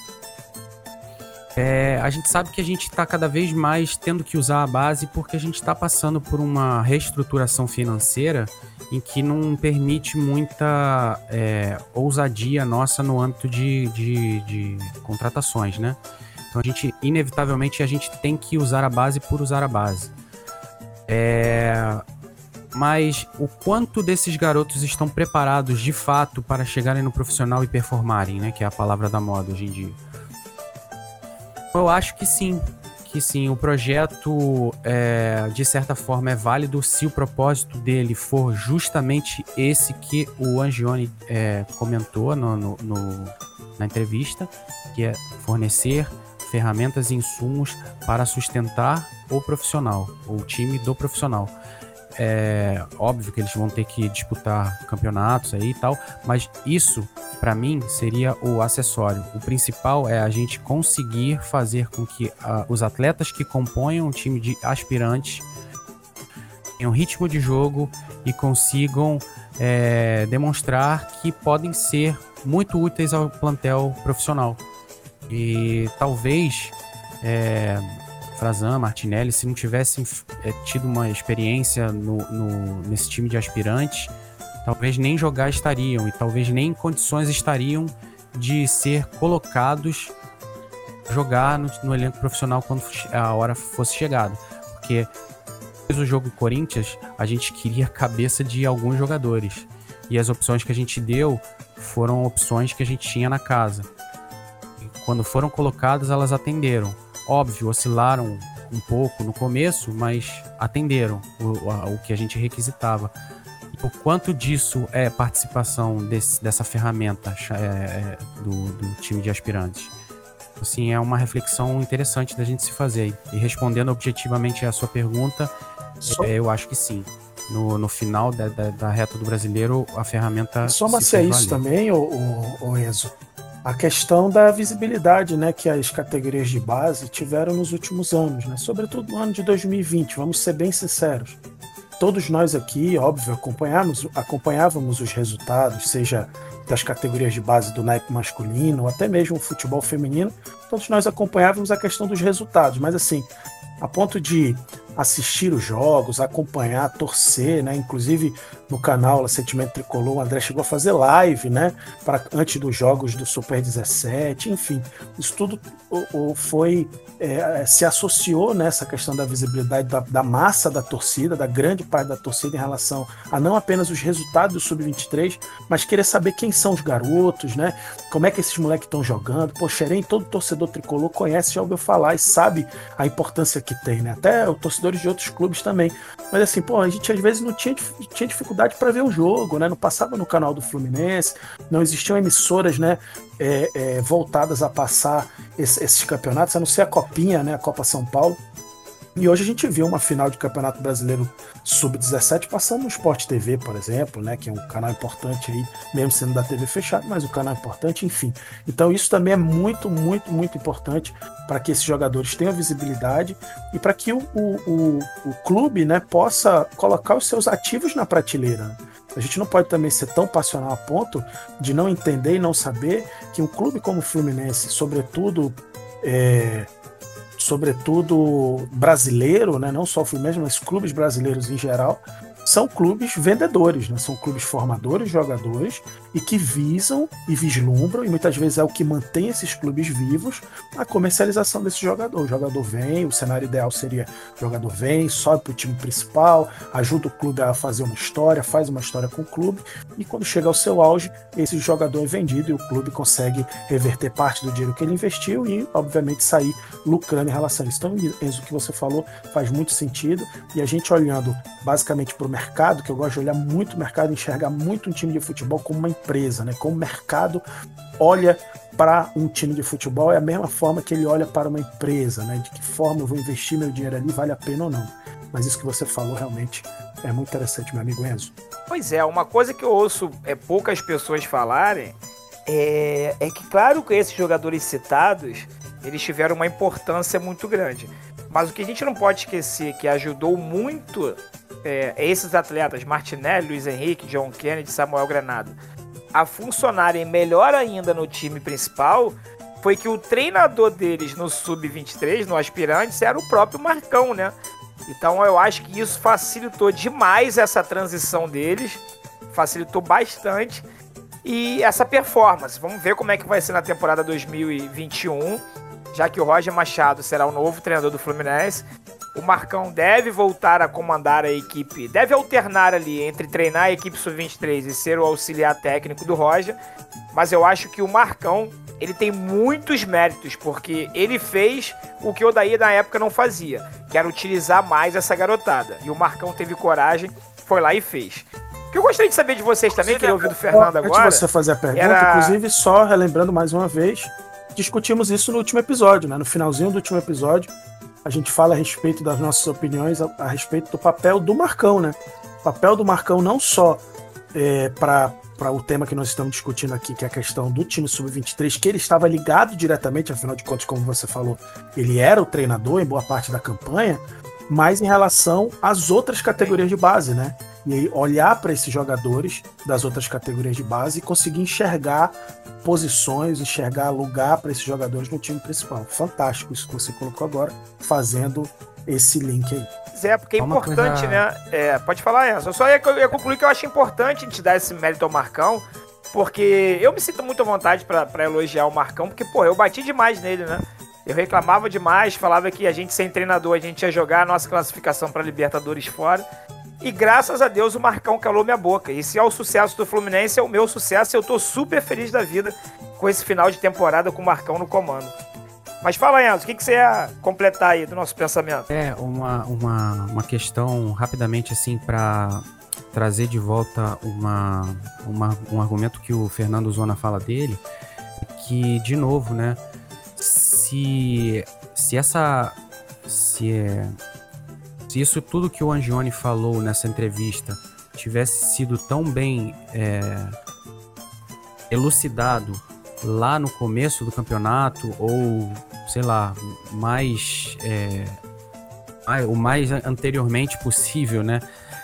é, a gente sabe que a gente está cada vez mais tendo que usar a base porque a gente está passando por uma reestruturação financeira em que não permite muita é, ousadia nossa no âmbito de, de, de contratações, né? Então a gente, inevitavelmente, a gente tem que usar a base por usar a base. É, mas o quanto desses garotos estão preparados de fato para chegarem no profissional e performarem, né? Que é a palavra da moda hoje em dia. Eu acho que sim, que sim. O projeto, é, de certa forma, é válido se o propósito dele for justamente esse que o Angione é, comentou no, no, no, na entrevista, que é fornecer ferramentas e insumos para sustentar o profissional, o time do profissional. É óbvio que eles vão ter que disputar campeonatos aí e tal, mas isso, para mim, seria o acessório. O principal é a gente conseguir fazer com que uh, os atletas que compõem um time de aspirantes tenham ritmo de jogo e consigam é, demonstrar que podem ser muito úteis ao plantel profissional. E talvez é, Frazan, Martinelli, se não tivessem é, tido uma experiência no, no, nesse time de aspirantes, talvez nem jogar estariam e talvez nem em condições estariam de ser colocados jogar no, no elenco profissional quando a hora fosse chegada. Porque o jogo Corinthians, a gente queria a cabeça de alguns jogadores. E as opções que a gente deu foram opções que a gente tinha na casa. E quando foram colocadas, elas atenderam. Óbvio, oscilaram um pouco no começo, mas atenderam o, a, o que a gente requisitava. E o quanto disso é participação desse, dessa ferramenta é, do, do time de aspirantes? Assim, é uma reflexão interessante da gente se fazer. E respondendo objetivamente a sua pergunta, Só... é, eu acho que sim. No, no final da, da, da reta do brasileiro, a ferramenta Soma-se a isso também, o, o, o Enzo, a questão da visibilidade, né, que as categorias de base tiveram nos últimos anos, né, sobretudo no ano de dois mil e vinte, vamos ser bem sinceros. Todos nós aqui, óbvio, acompanhamos, acompanhávamos os resultados, seja das categorias de base do naipe masculino, ou até mesmo o futebol feminino, todos nós acompanhávamos a questão dos resultados, mas assim, a ponto de assistir os jogos, acompanhar, torcer, né? Inclusive no canal La Sentimento Tricolor, o André chegou a fazer live, né? Para, antes dos jogos do Super dezessete, enfim, isso tudo o, o foi é, se associou nessa questão da visibilidade da, da massa da torcida, da grande parte da torcida em relação a não apenas os resultados do sub vinte e três, mas querer saber quem são os garotos, né? Como é que esses moleques estão jogando. Pô, Xerém, todo torcedor tricolor conhece, já ouviu falar e sabe a importância que tem, né? Até o torcedor de outros clubes também. Mas assim, pô, a gente às vezes não tinha, tinha dificuldade para ver o jogo, né? Não passava no canal do Fluminense, não existiam emissoras, né, é, é, voltadas a passar esse, esses campeonatos, a não ser a Copinha, né, a Copa São Paulo. E hoje a gente viu uma final de Campeonato Brasileiro sub dezessete passando no Sport T V, por exemplo, né, que é um canal importante aí, mesmo sendo da T V fechada, mas um canal importante, enfim. Então isso também é muito, muito, muito importante para que esses jogadores tenham visibilidade e para que o, o, o, o clube, né, possa colocar os seus ativos na prateleira. A gente não pode também ser tão passional a ponto de não entender e não saber que um clube como o Fluminense, sobretudo... É, sobretudo brasileiro, né? Não só o Fluminense, mas clubes brasileiros em geral, são clubes vendedores, né? São clubes formadores de jogadores e que visam e vislumbram, e muitas vezes é o que mantém esses clubes vivos, a comercialização desse jogador. O jogador vem, o cenário ideal seria o jogador vem, sobe para o time principal, ajuda o clube a fazer uma história, faz uma história com o clube, e quando chega ao seu auge, esse jogador é vendido e o clube consegue reverter parte do dinheiro que ele investiu e, obviamente, sair lucrando em relação a isso. Então, Enzo, o que você falou faz muito sentido, e a gente olhando basicamente para o mercado, que eu gosto de olhar muito o mercado, enxergar muito um time de futebol como uma empresa, né? Como o mercado olha para um time de futebol, é a mesma forma que ele olha para uma empresa, né? De que forma eu vou investir meu dinheiro ali, vale a pena ou não. Mas isso que você falou realmente é muito interessante, meu amigo Enzo. Pois é, uma coisa que eu ouço é, poucas pessoas falarem é, é que, claro que esses jogadores citados, eles tiveram uma importância muito grande. Mas o que a gente não pode esquecer que ajudou muito é, esses atletas, Martinelli, Luiz Henrique, John Kennedy, Samuel Granado, a funcionarem melhor ainda no time principal, foi que o treinador deles no sub vinte e três, no Aspirantes, era o próprio Marcão, né? Então eu acho que isso facilitou demais essa transição deles, facilitou bastante, e essa performance. Vamos ver como é que vai ser na temporada dois mil e vinte e um, já que o Roger Machado será o novo treinador do Fluminense. O Marcão deve voltar a comandar a equipe, deve alternar ali entre treinar a equipe sub vinte e três e ser o auxiliar técnico do Roger, mas eu acho que o Marcão, ele tem muitos méritos, porque ele fez o que o Odair na época não fazia, que era utilizar mais essa garotada, e o Marcão teve coragem, foi lá e fez. O que eu gostaria de saber de vocês também, queria ouvir do Fernando agora... Antes de você fazer a pergunta, era... inclusive, só relembrando mais uma vez, discutimos isso no último episódio, né? No finalzinho do último episódio, a gente fala a respeito das nossas opiniões, a, a respeito do papel do Marcão, né? O papel do Marcão não só é, para o tema que nós estamos discutindo aqui, que é a questão do time sub vinte e três, que ele estava ligado diretamente, afinal de contas, como você falou, ele era o treinador em boa parte da campanha, mas em relação às outras categorias de base, né? E aí olhar para esses jogadores das outras categorias de base e conseguir enxergar posições, enxergar lugar para esses jogadores no time principal. Fantástico isso que você colocou agora, fazendo esse link aí. É, porque é Uma importante, coisa... né? É, pode falar, Enzo. Eu só ia, ia concluir que eu acho importante a gente dar esse mérito ao Marcão, porque eu me sinto muito à vontade pra, pra elogiar o Marcão, porque, pô, eu bati demais nele, né? Eu reclamava demais, falava que a gente sem treinador, a gente ia jogar a nossa classificação para Libertadores fora. E graças a Deus o Marcão calou minha boca. E se é o sucesso do Fluminense, é o meu sucesso. Eu tô super feliz da vida com esse final de temporada com o Marcão no comando. Mas fala, Enzo, o que, que você ia completar aí do nosso pensamento? É, uma, uma, uma questão rapidamente assim para trazer de volta uma, uma, um argumento que o Fernando usou na fala dele, que, de novo, né, se, se essa... Se é, Se isso tudo que o Angione falou nessa entrevista tivesse sido tão bem é, elucidado lá no começo do campeonato, ou, sei lá, mais, é, o mais anteriormente possível, né?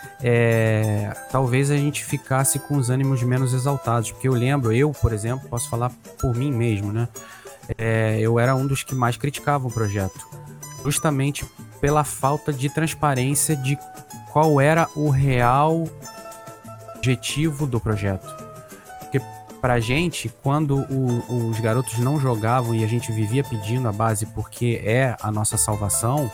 É, talvez a gente ficasse com os ânimos menos exaltados, porque eu lembro, eu, por exemplo, posso falar por mim mesmo, né? É, eu era um dos que mais criticava o projeto, justamente pela falta de transparência de qual era o real objetivo do projeto. Porque pra gente, quando o, os garotos não jogavam e a gente vivia pedindo a base porque é a nossa salvação,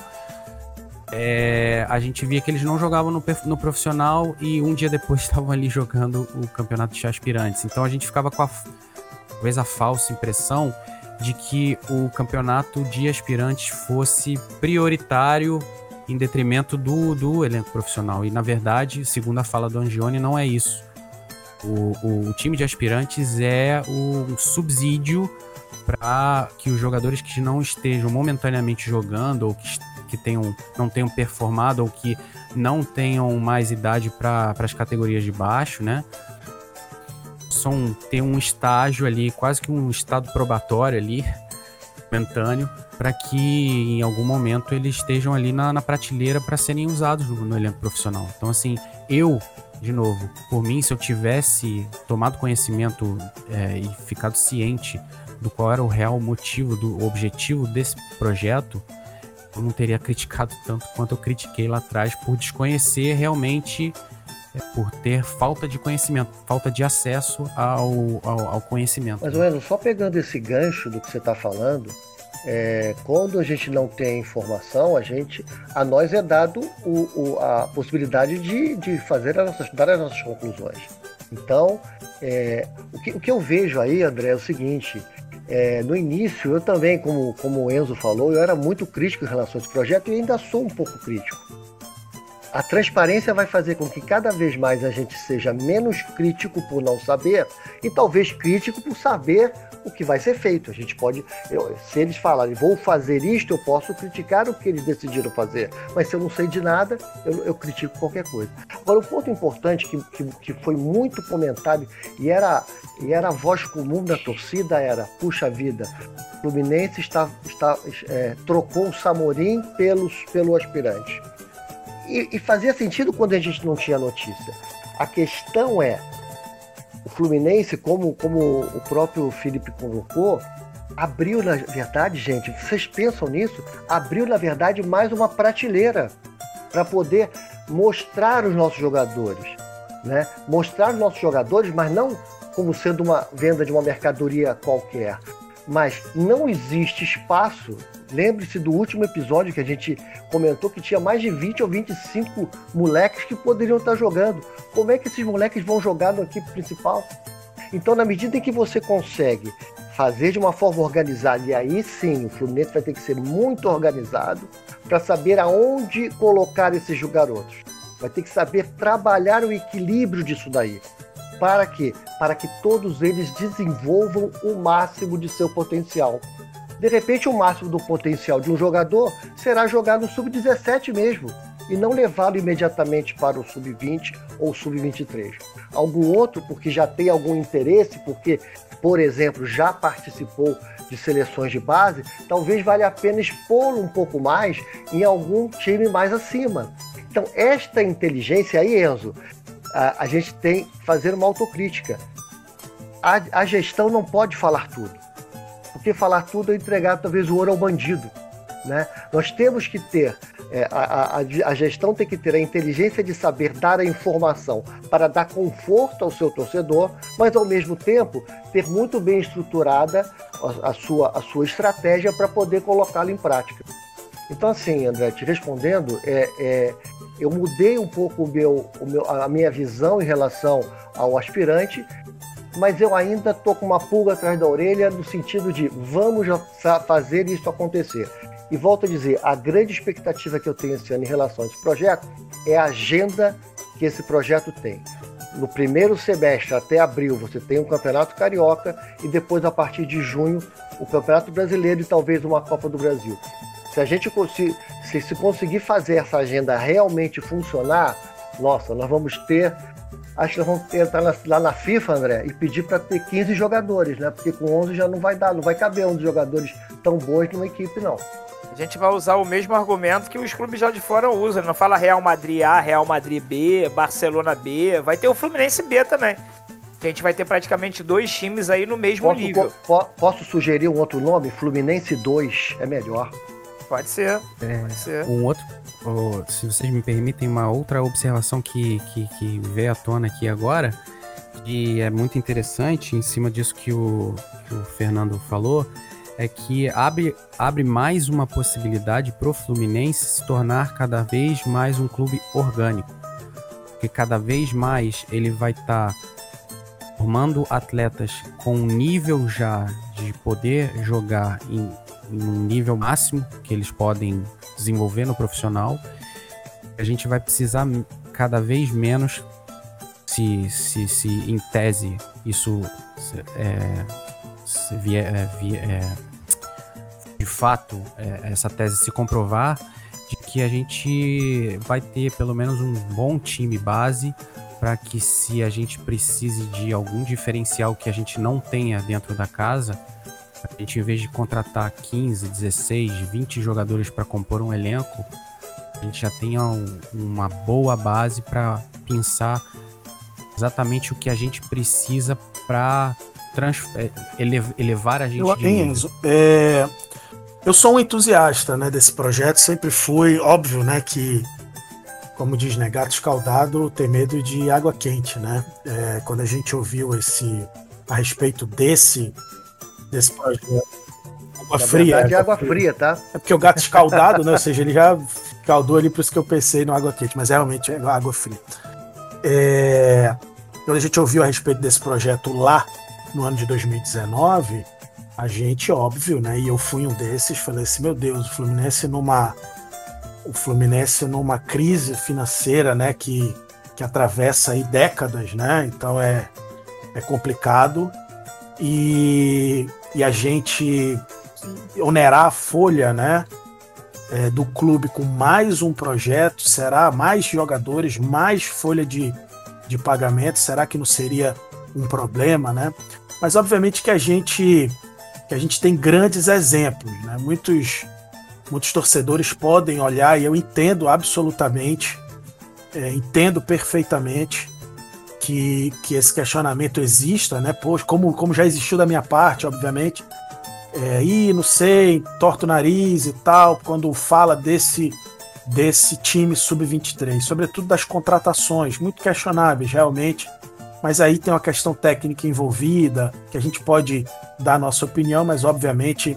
é, a gente via que eles não jogavam no, no profissional e um dia depois estavam ali jogando o campeonato de aspirantes. Então a gente ficava com a, talvez a falsa impressão de que o campeonato de aspirantes fosse prioritário em detrimento do, do elenco profissional. E, na verdade, segundo a fala do Angione, não é isso. O, o, o time de aspirantes é o subsídio para que os jogadores que não estejam momentaneamente jogando, ou que, que tenham, não tenham performado, ou que não tenham mais idade para as categorias de baixo, né? São, ter um estágio ali, quase que um estado probatório ali, momentâneo, para que em algum momento eles estejam ali na, na prateleira para serem usados no, no elenco profissional. Então, assim, eu, de novo, por mim, se eu tivesse tomado conhecimento é, e ficado ciente do qual era o real motivo, do objetivo desse projeto, eu não teria criticado tanto quanto eu critiquei lá atrás por desconhecer realmente, por ter falta de conhecimento, falta de acesso ao, ao, ao conhecimento. Mas, Wendel, só pegando esse gancho do que você está falando, é, quando a gente não tem informação, a gente, a nós é dado o, o, a possibilidade de, de fazer as nossas, dar as nossas conclusões. Então, é, o, que, o que eu vejo aí, André, é o seguinte, é, no início, eu também, como, como o Enzo falou, eu era muito crítico em relação a esse projeto e ainda sou um pouco crítico. A transparência vai fazer com que cada vez mais a gente seja menos crítico por não saber e talvez crítico por saber o que vai ser feito. A gente pode, eu, se eles falarem, vou fazer isto, eu posso criticar o que eles decidiram fazer, mas se eu não sei de nada, eu, eu critico qualquer coisa. Agora, um ponto importante que, que, que foi muito comentado e era, e era a voz comum da torcida era, puxa vida, o Fluminense está, está, é, trocou o Samorim pelos, pelo aspirante. E, e fazia sentido quando a gente não tinha notícia. A questão é, o Fluminense, como, como o próprio Felipe colocou, abriu, na verdade, gente, vocês pensam nisso? Abriu, na verdade, mais uma prateleira para poder mostrar os nossos jogadores, né? Mostrar os nossos jogadores, mas não como sendo uma venda de uma mercadoria qualquer. Mas não existe espaço. Lembre-se do último episódio que a gente comentou que tinha mais de vinte ou vinte e cinco moleques que poderiam estar jogando. Como é que esses moleques vão jogar na equipe principal? Então, na medida em que você consegue fazer de uma forma organizada, e aí sim, o Fluminense vai ter que ser muito organizado para saber aonde colocar esses garotos. Vai ter que saber trabalhar o equilíbrio disso daí. Para quê? Para que todos eles desenvolvam o máximo de seu potencial. De repente, o máximo do potencial de um jogador será jogar no sub dezessete mesmo, e não levá-lo imediatamente para o sub vinte ou sub vinte e três. Algum outro, porque já tem algum interesse, porque, por exemplo, já participou de seleções de base, talvez valha a pena expô-lo um pouco mais em algum time mais acima. Então, esta inteligência aí, Enzo, a, a gente tem que fazer uma autocrítica. A, a gestão não pode falar tudo. Porque falar tudo é entregar talvez o ouro ao bandido, né? Nós temos que ter É, a, a, a gestão tem que ter a inteligência de saber dar a informação para dar conforto ao seu torcedor, mas ao mesmo tempo ter muito bem estruturada a, a, sua, a sua estratégia para poder colocá-la em prática. Então assim, André, te respondendo, é, é, eu mudei um pouco o meu, o meu, a minha visão em relação ao aspirante, mas eu ainda estou com uma pulga atrás da orelha no sentido de vamos fazer isso acontecer. E volto a dizer, a grande expectativa que eu tenho esse ano em relação a esse projeto é a agenda que esse projeto tem. No primeiro semestre, até abril, você tem um Campeonato Carioca e depois, a partir de junho, o Campeonato Brasileiro e talvez uma Copa do Brasil. Se a gente se, se conseguir fazer essa agenda realmente funcionar, nossa, nós vamos ter... Acho que nós vamos entrar lá na FIFA, André, e pedir para ter quinze jogadores, né? Porque com onze já não vai dar, não vai caber onze jogadores tão bons numa equipe, não. A gente vai usar o mesmo argumento que os clubes já de fora usam. Não fala Real Madrid A, Real Madrid B, Barcelona B. Vai ter o Fluminense B também. Que a gente vai ter praticamente dois times aí no mesmo posso, nível. Po, posso sugerir um outro nome? Fluminense dois é melhor. Pode ser. É, pode ser. Um outro, oh, se vocês me permitem, uma outra observação que, que, que veio à tona aqui agora, e é muito interessante, em cima disso que o, que o Fernando falou, é que abre, abre mais uma possibilidade para o Fluminense se tornar cada vez mais um clube orgânico. Porque cada vez mais ele vai estar tá formando atletas com um nível já de poder jogar em, em um nível máximo que eles podem desenvolver no profissional. A gente vai precisar cada vez menos, se, se, se em tese isso é, se vier, é, vier, é, de fato é, essa tese se comprovar, de que a gente vai ter pelo menos um bom time base para que, se a gente precise de algum diferencial que a gente não tenha dentro da casa, a gente, em vez de contratar quinze, dezesseis, vinte jogadores para compor um elenco, a gente já tenha um, uma boa base para pensar exatamente o que a gente precisa para elev- elevar a gente eu, de nível. Enzo, é, eu sou um entusiasta, né, desse projeto, sempre fui, óbvio, né, que, como diz, né, gato escaldado tem medo de água quente, né? É, quando a gente ouviu esse a respeito desse desse projeto, água Na fria, verdade, é água água fria, tá? É porque o gato escaldado, né? Ou seja, ele já escaldou ali, por isso que eu pensei no água quente, mas realmente é água fria. É, quando a gente ouviu a respeito desse projeto lá no ano de dois mil e dezenove, a gente, óbvio, né? E eu fui um desses, falei assim, meu Deus, o Fluminense numa o Fluminense numa crise financeira, né? Que, que atravessa aí décadas, né? Então é, é complicado. E, e a gente onerar a folha, né, é, do clube com mais um projeto, será mais jogadores, mais folha de, de pagamento, será que não seria um problema, né? Mas obviamente que a gente que a gente tem grandes exemplos, né? Muitos, muitos torcedores podem olhar, e eu entendo absolutamente, é, entendo perfeitamente Que, que esse questionamento exista, né? Poxa, como, como já existiu da minha parte, obviamente. É, e não sei, torta o nariz e tal, quando fala desse, desse time sub vinte e três, sobretudo das contratações, muito questionáveis realmente, mas aí tem uma questão técnica envolvida, que a gente pode dar a nossa opinião, mas obviamente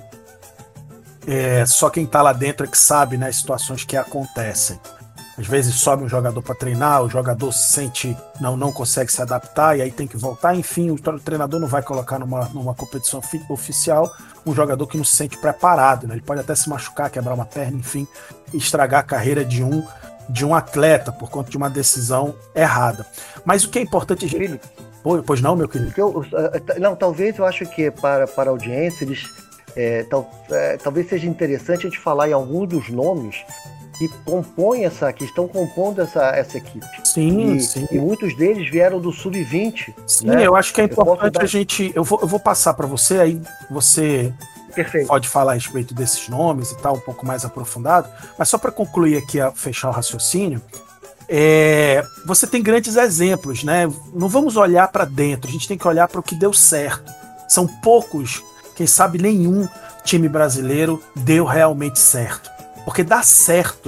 é, só quem está lá dentro é que sabe, né, as situações que acontecem. Às vezes sobe um jogador para treinar, o jogador se sente, não, não consegue se adaptar e aí tem que voltar. Enfim, o treinador não vai colocar numa, numa competição oficial um jogador que não se sente preparado, né? Ele pode até se machucar, quebrar uma perna, enfim, e estragar a carreira de um, de um atleta por conta de uma decisão errada. Mas o que é importante... Filho, pois não, meu querido? eu, não, talvez eu acho que para, para a audiência, eles, é, tal, é, talvez seja interessante a gente falar em alguns dos nomes que compõem essa, que estão compondo essa, essa equipe. Sim, e, sim. E muitos deles vieram do sub vinte. Sim, né? eu acho que é importante dar... a gente... Eu vou, eu vou passar para você, aí você Perfeito. Pode falar a respeito desses nomes e tal, um pouco mais aprofundado, mas só para concluir aqui, a fechar o raciocínio, é, você tem grandes exemplos, né? Não vamos olhar para dentro, a gente tem que olhar para o que deu certo. São poucos, quem sabe nenhum time brasileiro deu realmente certo. Porque dar certo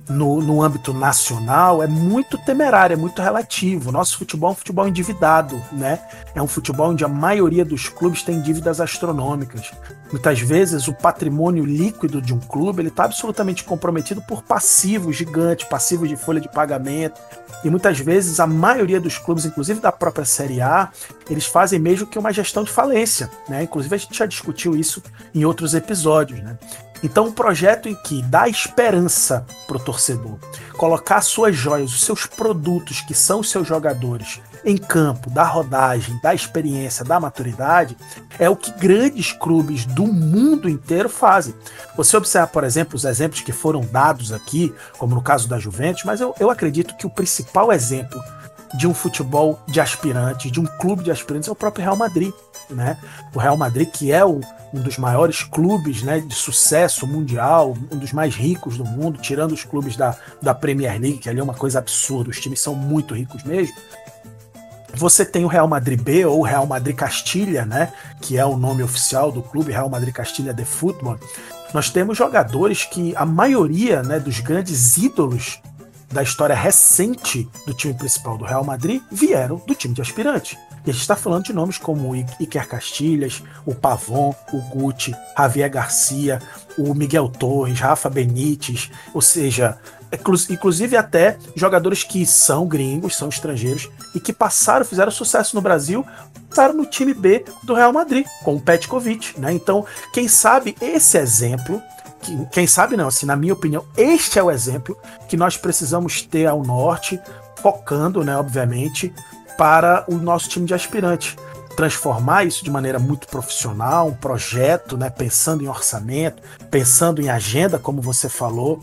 no, no âmbito nacional é muito temerário, é muito relativo. Nosso futebol é um futebol endividado, né? É um futebol onde a maioria dos clubes tem dívidas astronômicas. Muitas vezes o patrimônio líquido de um clube ele está absolutamente comprometido por passivos gigantes, passivos de folha de pagamento. E muitas vezes a maioria dos clubes, inclusive da própria Série A, eles fazem mesmo que uma gestão de falência, né? Inclusive a gente já discutiu isso em outros episódios, né? Então, um projeto em que dá esperança para o torcedor, colocar suas joias, os seus produtos, que são os seus jogadores, em campo, da rodagem, da experiência, da maturidade, é o que grandes clubes do mundo inteiro fazem. Você observa, por exemplo, os exemplos que foram dados aqui, como no caso da Juventus, mas eu, eu acredito que o principal exemplo de um futebol de aspirantes, de um clube de aspirantes, é o próprio Real Madrid, né? O Real Madrid, que é o, um dos maiores clubes, né, de sucesso mundial, um dos mais ricos do mundo, tirando os clubes da, da Premier League, que ali é uma coisa absurda, os times são muito ricos mesmo. Você tem o Real Madrid B, ou Real Madrid Castilha, né, que é o nome oficial do clube, Real Madrid Castilha de Futebol. Nós temos jogadores que a maioria, né, dos grandes ídolos da história recente do time principal do Real Madrid vieram do time de aspirante. E a gente está falando de nomes como o Iker Castilhas, o Pavon, o Guti, Javier Garcia, o Miguel Torres, Rafa Benítez, ou seja, inclusive até jogadores que são gringos, são estrangeiros, e que passaram, fizeram sucesso no Brasil, passaram no time B do Real Madrid, com o Petkovic, né? Então, quem sabe esse exemplo, quem sabe não, assim, na minha opinião, este é o exemplo que nós precisamos ter ao norte, focando, né, obviamente, para o nosso time de aspirante. Transformar isso de maneira muito profissional, um projeto, né, pensando em orçamento, pensando em agenda, como você falou,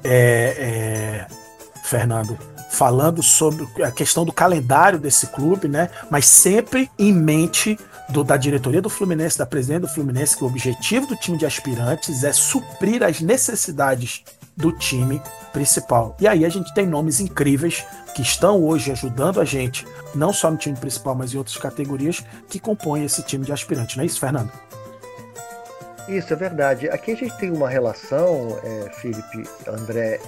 é, é, Fernando, falando sobre a questão do calendário desse clube, né, mas sempre em mente do, da diretoria do Fluminense, da presidente do Fluminense, que o objetivo do time de aspirantes é suprir as necessidades do time principal. E aí a gente tem nomes incríveis que estão hoje ajudando a gente, não só no time principal, mas em outras categorias, que compõem esse time de aspirantes. Não é isso, Fernando? Isso, é verdade. Aqui a gente tem uma relação, é, Felipe, André,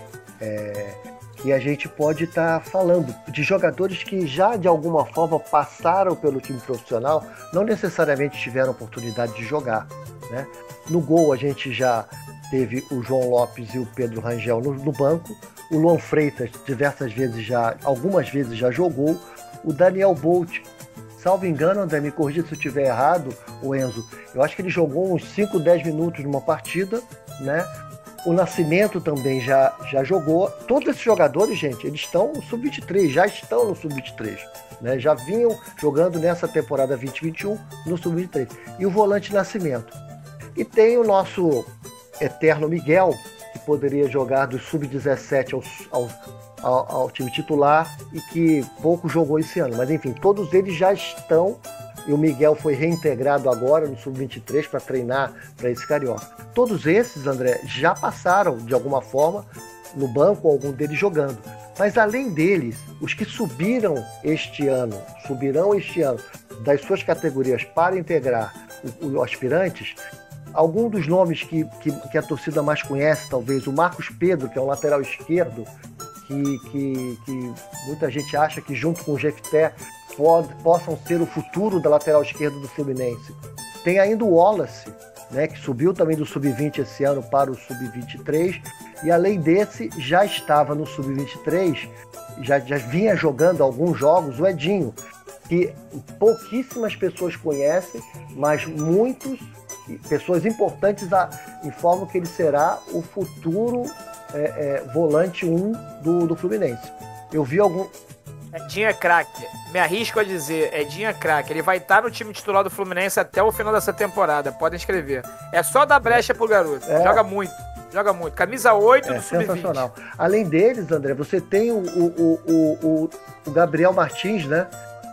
é, que a gente pode estar tá falando de jogadores que já de alguma forma passaram pelo time profissional, não necessariamente tiveram oportunidade de jogar, né? No gol a gente já teve o João Lopes e o Pedro Rangel no, no banco, o Luan Freitas diversas vezes já, algumas vezes já jogou, o Daniel Bolt, salvo engano, André, me corrija se eu estiver errado, o Enzo, eu acho que ele jogou uns cinco, dez minutos numa partida, né? O Nascimento também já, já jogou. Todos esses jogadores, gente, eles estão no sub vinte e três, já estão no sub vinte e três. Né? Já vinham jogando nessa temporada vinte e vinte e um no sub vinte e três. E o volante Nascimento. E tem o nosso eterno Miguel, que poderia jogar do sub dezessete ao, ao, ao, ao time titular e que pouco jogou esse ano. Mas enfim, todos eles já estão. E o Miguel foi reintegrado agora no sub vinte e três para treinar para esse Carioca. Todos esses, André, já passaram de alguma forma no banco, algum deles jogando. Mas além deles, os que subiram este ano, subirão este ano das suas categorias para integrar os aspirantes, algum dos nomes que, que, que a torcida mais conhece, talvez, o Marcos Pedro, que é um lateral esquerdo, que, que, que muita gente acha que junto com o Jefté Pod, possam ser o futuro da lateral esquerda do Fluminense. Tem ainda o Wallace, né, que subiu também do sub vinte esse ano para o sub vinte e três, e além desse, já estava no sub vinte e três, já, já vinha jogando alguns jogos, o Edinho, que pouquíssimas pessoas conhecem, mas muitos, pessoas importantes a, informam que ele será o futuro é, é, volante um do, do Fluminense. Eu vi algum... Edinho é craque. Me arrisco a dizer, Edinho é craque. Ele vai estar no time titular do Fluminense até o final dessa temporada. Podem escrever. É só dar brecha pro garoto. É. Joga muito. Joga muito. Camisa oito é, do sub vinte. Além deles, André, você tem o, o, o, o, o Gabriel Martins, né?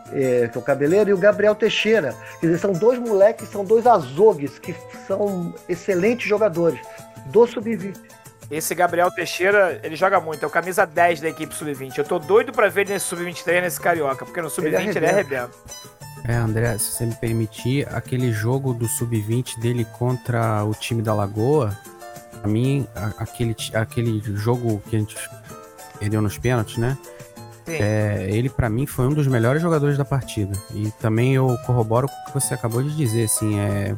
É, que é o cabeleiro, e o Gabriel Teixeira. Quer dizer, são dois moleques, são dois azogues que são excelentes jogadores do sub vinte. Esse Gabriel Teixeira, ele joga muito, é o camisa dez da equipe sub vinte. Eu tô doido pra ver ele nesse sub vinte e três, nesse Carioca, porque no sub vinte ele, ele é arrebenta. É, André, se você me permitir, aquele jogo do sub vinte dele contra o time da Lagoa, Pra mim, a- aquele, ti- aquele jogo que a gente perdeu nos pênaltis, né? Sim. É, ele, pra mim, foi um dos melhores jogadores da partida. E também eu corroboro com o que você acabou de dizer, assim, é...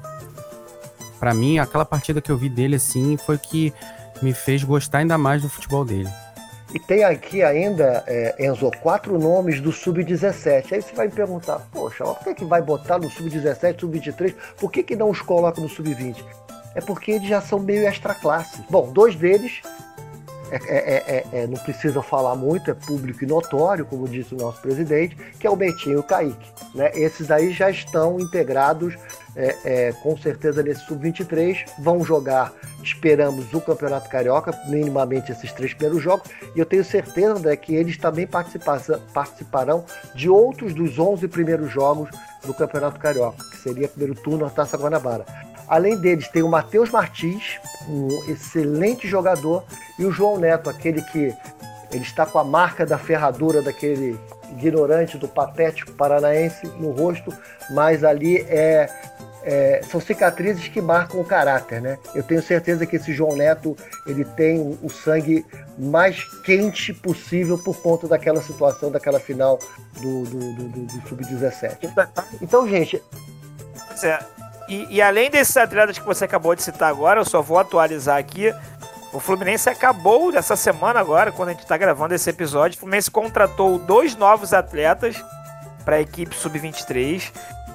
Pra mim, aquela partida que eu vi dele, assim, foi que me fez gostar ainda mais do futebol dele. E tem aqui ainda, é, Enzo, quatro nomes do sub dezessete. Aí você vai me perguntar, poxa, mas por que, que vai botar no sub dezessete, sub vinte e três? Por que, que não os coloca no sub vinte? É porque eles já são meio extra classe. Bom, dois deles, é, é, é, é, não precisa falar muito, é público e notório, como disse o nosso presidente, que é o Betinho e o Kaique. Né? Esses aí já estão integrados, é, é, com certeza, nesse sub vinte e três. Vão jogar, esperamos, o Campeonato Carioca, minimamente esses três primeiros jogos, e eu tenho certeza, André, que eles também participarão de outros dos onze primeiros jogos do Campeonato Carioca, que seria o primeiro turno da Taça Guanabara. Além deles, tem o Matheus Martins, um excelente jogador, e o João Neto, aquele que ele está com a marca da ferradura daquele ignorante do patético paranaense no rosto, mas ali é, é, são cicatrizes que marcam o caráter, né? Eu tenho certeza que esse João Neto, ele tem o, o sangue mais quente possível por conta daquela situação, daquela final do, do, do, do, do sub dezessete. Então, gente... Pois é. E, e além desses atletas que você acabou de citar agora, eu só vou atualizar aqui. O Fluminense acabou dessa semana agora, quando a gente está gravando esse episódio. O Fluminense contratou dois novos atletas para a equipe sub vinte e três.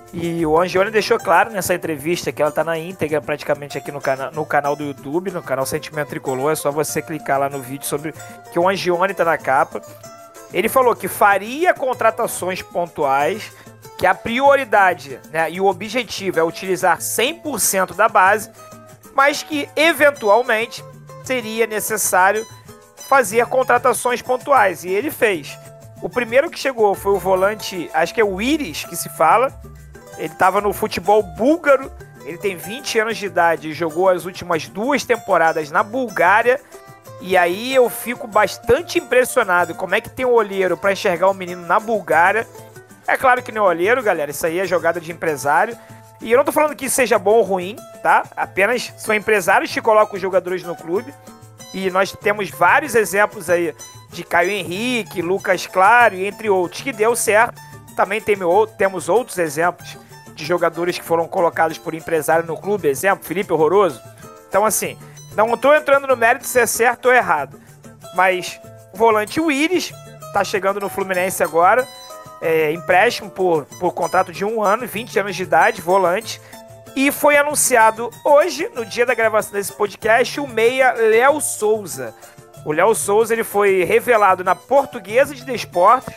E o Angione deixou claro nessa entrevista que ela está na íntegra praticamente aqui no, cana- no canal do YouTube, no canal Sentimento Tricolor. É só você clicar lá no vídeo sobre que o Angione está na capa. Ele falou que faria contratações pontuais, que a prioridade, né, e o objetivo é utilizar cem por cento da base, mas que eventualmente seria necessário fazer contratações pontuais, e ele fez. O primeiro que chegou foi o volante, acho que é o Iris que se fala, ele estava no futebol búlgaro, ele tem vinte anos de idade e jogou as últimas duas temporadas na Bulgária, e aí eu fico bastante impressionado como é que tem um olheiro para enxergar um menino na Bulgária. É claro que não é olheiro, galera, isso aí é jogada de empresário. E eu não tô falando que isso seja bom ou ruim, tá? Apenas são empresários que colocam os jogadores no clube. E nós temos vários exemplos aí de Caio Henrique, Lucas Claro, entre outros, que deu certo. Também tem, temos outros exemplos de jogadores que foram colocados por empresário no clube. Exemplo, Felipe Horroroso. Então, assim, não tô entrando no mérito se é certo ou errado. Mas o volante Willis tá chegando no Fluminense agora. É, empréstimo por, por contrato de um ano, vinte anos de idade, volante. E foi anunciado hoje, no dia da gravação desse podcast, o meia Léo Souza. O Léo Souza ele foi revelado na Portuguesa de Desportos,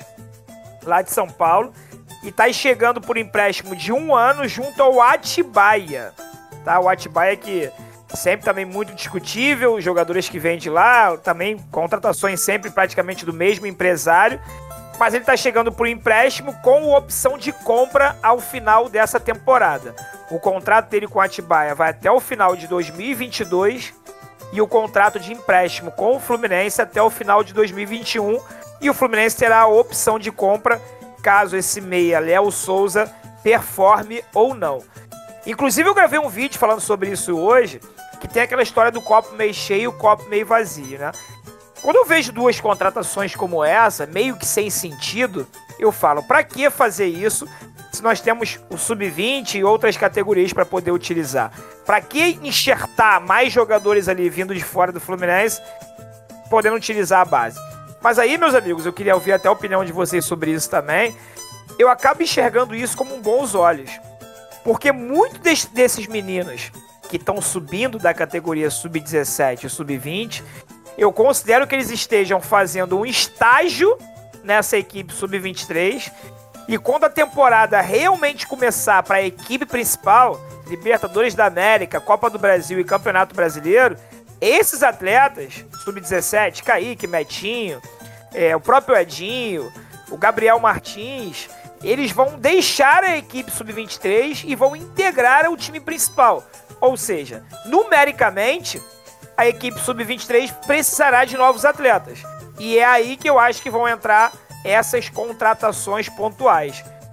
lá de São Paulo, e está chegando por empréstimo de um ano junto ao Atibaia. Tá? O Atibaia que sempre também muito discutível, jogadores que vêm de lá, também contratações sempre praticamente do mesmo empresário. Mas ele está chegando por empréstimo com opção de compra ao final dessa temporada. O contrato dele com o Atibaia vai até o final de dois mil e vinte e dois e o contrato de empréstimo com o Fluminense até o final de dois mil e vinte e um. E o Fluminense terá a opção de compra caso esse meia Léo Souza performe ou não. Inclusive eu gravei um vídeo falando sobre isso hoje, que tem aquela história do copo meio cheio e o copo meio vazio, né? Quando eu vejo duas contratações como essa, meio que sem sentido, eu falo, pra que fazer isso se nós temos o sub vinte e outras categorias para poder utilizar? Pra que enxertar mais jogadores ali vindo de fora do Fluminense, podendo utilizar a base? Mas aí, meus amigos, eu queria ouvir até a opinião de vocês sobre isso também. Eu acabo enxergando isso como bons olhos. Porque muitos desses meninos que estão subindo da categoria sub dezessete e sub vinte... eu considero que eles estejam fazendo um estágio nessa equipe sub vinte e três. E quando a temporada realmente começar para a equipe principal, Libertadores da América, Copa do Brasil e Campeonato Brasileiro, esses atletas, sub dezessete, Kaique, Metinho, é, o próprio Edinho, o Gabriel Martins, eles vão deixar a equipe sub vinte e três e vão integrar o time principal. Ou seja, numericamente, a equipe sub vinte e três precisará de novos atletas. E é aí que eu acho que vão entrar essas contratações pontuais.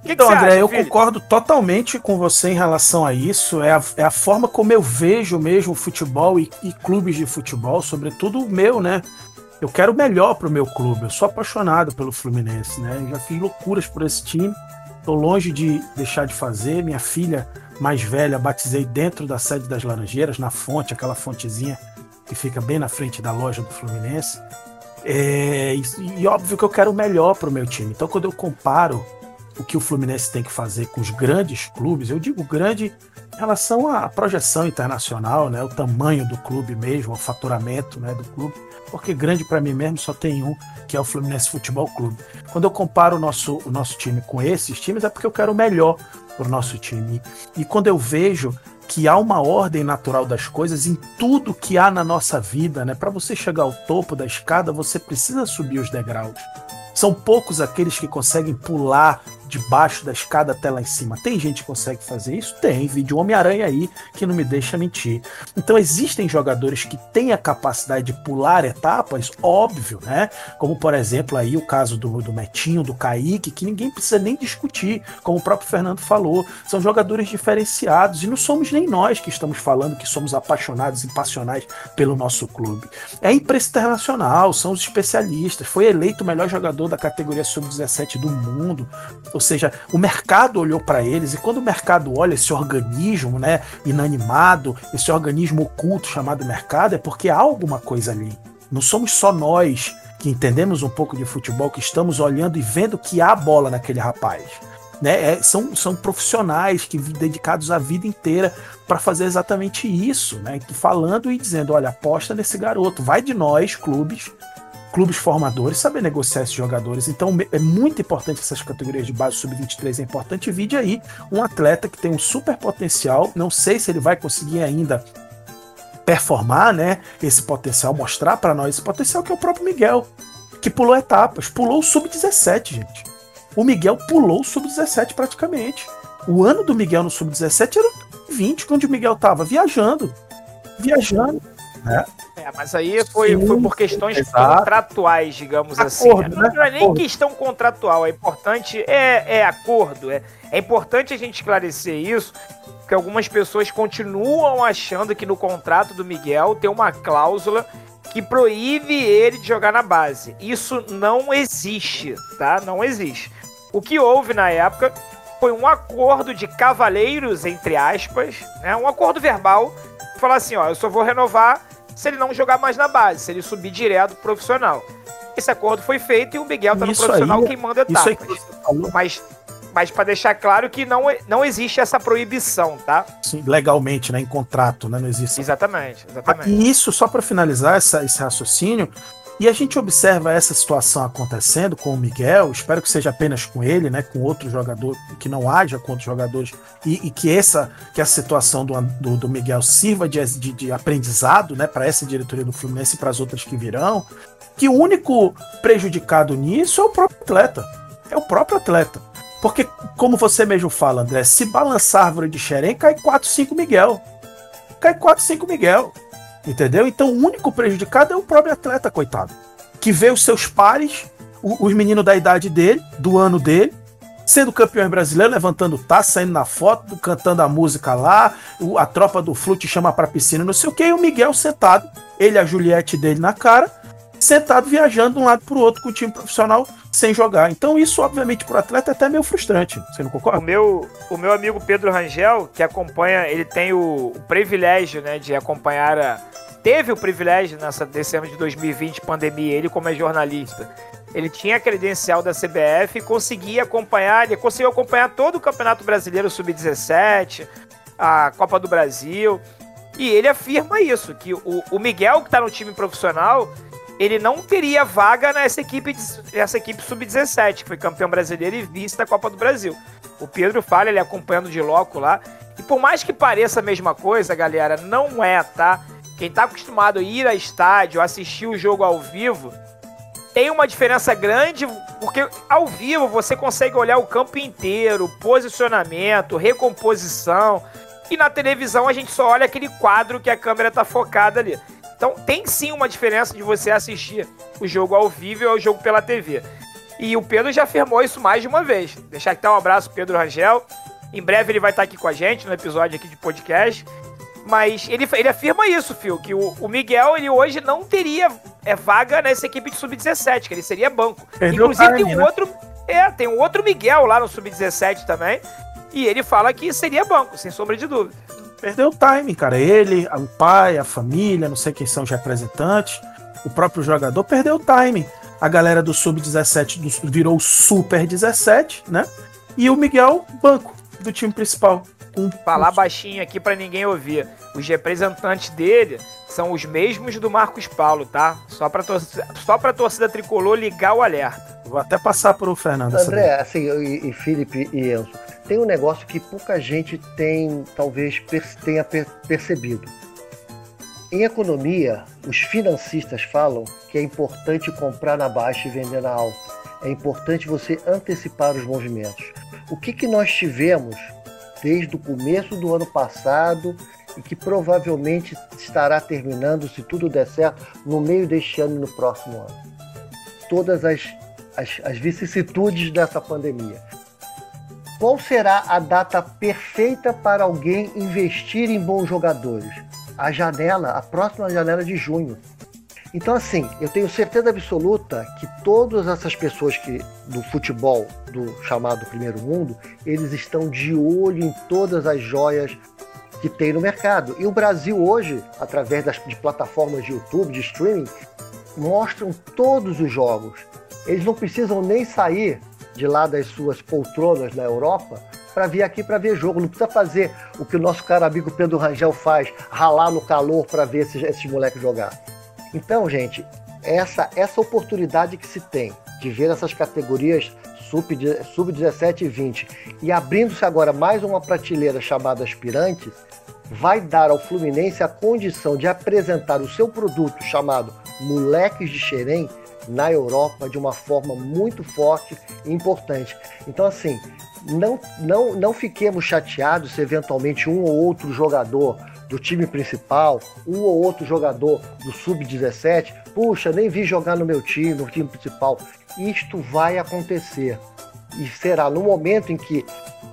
Que então, que você André, acha, eu Felipe? concordo totalmente com você em relação a isso. É a, é a forma como eu vejo mesmo o futebol e, e clubes de futebol, sobretudo o meu, né? Eu quero o melhor pro meu clube. Eu sou apaixonado pelo Fluminense, né? Eu já fiz loucuras por esse time. Tô longe de deixar de fazer. Minha filha mais velha batizei dentro da sede das Laranjeiras, na fonte, aquela fontezinha que fica bem na frente da loja do Fluminense. É, e, e óbvio que eu quero o melhor pro meu time. Então, quando eu comparo o que o Fluminense tem que fazer com os grandes clubes, eu digo grande em relação à projeção internacional, né, o tamanho do clube mesmo, o faturamento, né, do clube, porque grande para mim mesmo só tem um, que é o Fluminense Futebol Clube. Quando eu comparo o nosso, o nosso time com esses times, é porque eu quero o melhor para o nosso time. E quando eu vejo que há uma ordem natural das coisas em tudo que há na nossa vida, né, para você chegar ao topo da escada, você precisa subir os degraus. São poucos aqueles que conseguem pular debaixo da escada até lá em cima. Tem gente que consegue fazer isso? Tem. Vídeo Homem-Aranha aí que não me deixa mentir. Então existem jogadores que têm a capacidade de pular etapas, óbvio, né? Como, por exemplo, aí o caso do, do Metinho, do Kaique, que ninguém precisa nem discutir, como o próprio Fernando falou. São jogadores diferenciados e não somos nem nós que estamos falando que somos apaixonados e passionais pelo nosso clube. É a imprensa internacional, são os especialistas. Foi eleito o melhor jogador da categoria sub dezessete do mundo. Ou seja, o mercado olhou para eles, e quando o mercado olha esse organismo, né, inanimado, esse organismo oculto chamado mercado, é porque há alguma coisa ali. Não somos só nós que entendemos um pouco de futebol, que estamos olhando e vendo que há bola naquele rapaz. Né? É, são, são profissionais que dedicados a vida inteira para fazer exatamente isso, né? Falando e dizendo, olha, aposta nesse garoto, vai de nós, clubes, clubes formadores, saber negociar esses jogadores. Então é muito importante essas categorias de base, sub vinte e três é importante. Vide aí um atleta que tem um super potencial, não sei se ele vai conseguir ainda performar, né, esse potencial, mostrar para nós esse potencial, que é o próprio Miguel, que pulou etapas, pulou o sub dezessete, gente. O Miguel pulou o sub dezessete praticamente. O ano do Miguel no sub dezessete era vinte, onde o Miguel estava viajando, viajando, né? É, mas aí foi, Sim, foi por questões exato. contratuais, digamos Acordo, assim. né? Não, não é nem Acordo. questão contratual, é importante, é, é acordo. É, é importante a gente esclarecer isso, porque algumas pessoas continuam achando que no contrato do Miguel tem uma cláusula que proíbe ele de jogar na base. Isso não existe, tá? Não existe. O que houve na época foi um acordo de cavaleiros, entre aspas, né? Um acordo verbal, falar assim, ó, eu só vou renovar se ele não jogar mais na base, se ele subir direto pro profissional. Esse acordo foi feito e o Miguel tá no Isso profissional aí, queimando etapas. isso aí que você falou. Mas, mas para deixar claro que não, não existe essa proibição, tá? Sim, legalmente, né, em contrato, né, não existe. Exatamente, exatamente. E isso, só para finalizar essa, esse raciocínio, e a gente observa essa situação acontecendo com o Miguel, espero que seja apenas com ele, né, com outro jogador, que não haja com outros jogadores, e, e que, essa, que a situação do, do, do Miguel sirva de, de, de aprendizado, né, para essa diretoria do Fluminense e para as outras que virão, que o único prejudicado nisso é o próprio atleta. É o próprio atleta. Porque, como você mesmo fala, André, se balançar a árvore de Xerém, cai quatro, cinco Miguel. Cai quatro, cinco Miguel. Entendeu? Então o único prejudicado é o próprio atleta, coitado. Que vê os seus pares, os meninos da idade dele, do ano dele, sendo campeões brasileiros, levantando taça, saindo na foto, cantando a música lá, a tropa do Flu te chama pra piscina, não sei o que, e o Miguel sentado, ele e a Juliette dele na cara, sentado viajando de um lado pro outro com o time profissional sem jogar. Então isso, obviamente, pro atleta é até meio frustrante. Você não concorda? O meu, o meu amigo Pedro Rangel, que acompanha, ele tem o, o privilégio, né, de acompanhar a... Teve o privilégio nessa, desse ano de dois mil e vinte, pandemia, ele como é jornalista. Ele tinha a credencial da C B F e conseguia acompanhar, ele conseguiu acompanhar todo o Campeonato Brasileiro sub dezessete, a Copa do Brasil, e ele afirma isso, que o, o Miguel, que está no time profissional, ele não teria vaga nessa equipe, nessa equipe sub dezessete, que foi campeão brasileiro e vice da Copa do Brasil. O Pedro fala, ele acompanhando de loco lá, e por mais que pareça a mesma coisa, galera, não é, tá? Quem tá acostumado a ir a estádio, assistir o jogo ao vivo, tem uma diferença grande, porque ao vivo você consegue olhar o campo inteiro, posicionamento, recomposição, e na televisão a gente só olha aquele quadro que a câmera tá focada ali. Então tem sim uma diferença de você assistir o jogo ao vivo e o jogo pela T V. E o Pedro já afirmou isso mais de uma vez. Deixar aqui um abraço, Pedro Rangel. Em breve ele vai estar aqui com a gente no episódio aqui de podcast. Mas ele, ele afirma isso, Phil, que o, o Miguel, ele hoje não teria é, vaga nessa equipe de sub dezessete, que ele seria banco. Perdeu Inclusive time, tem um né? outro... É, tem um outro Miguel lá no sub dezessete também. E ele fala que seria banco, sem sombra de dúvida. Perdeu o timing, cara. Ele, o pai, a família, não sei quem são os representantes, o próprio jogador perdeu o timing. A galera do sub dezessete virou super dezessete, né? E o Miguel, banco do time principal. Um, Falar um... baixinho aqui pra ninguém ouvir. Os representantes dele são os mesmos do Marcos Paulo, tá? Só pra torcida, só pra torcida tricolor ligar o alerta. Vou até passar pro Fernando. André, assim, e, e Felipe e Enzo, tem um negócio que pouca gente tem, talvez, per- tenha per- percebido. Em economia, os financistas falam que é importante comprar na baixa e vender na alta. É importante você antecipar os movimentos. O que, que nós tivemos desde o começo do ano passado e que provavelmente estará terminando, se tudo der certo, no meio deste ano e no próximo ano? Todas as, as, as vicissitudes dessa pandemia. Qual será a data perfeita para alguém investir em bons jogadores? A janela, a próxima janela de junho. Então, assim, eu tenho certeza absoluta que todas essas pessoas que do futebol, do chamado primeiro mundo, eles estão de olho em todas as joias que tem no mercado. E o Brasil hoje, através das, de plataformas de YouTube, de streaming, mostram todos os jogos. Eles não precisam nem sair de lá das suas poltronas na Europa para vir aqui para ver jogo. Não precisa fazer o que o nosso cara amigo Pedro Rangel faz, ralar no calor para ver esses, esses moleques jogar. Então, gente, essa, essa oportunidade que se tem de ver essas categorias sub dezessete e vinte e abrindo-se agora mais uma prateleira chamada aspirantes, vai dar ao Fluminense a condição de apresentar o seu produto chamado Moleques de Xerém na Europa de uma forma muito forte e importante. Então, assim, não, não, não fiquemos chateados se eventualmente um ou outro jogador do time principal, um ou outro jogador do sub dezessete, puxa, nem vi jogar no meu time, no time principal. Isto vai acontecer. E será no momento em que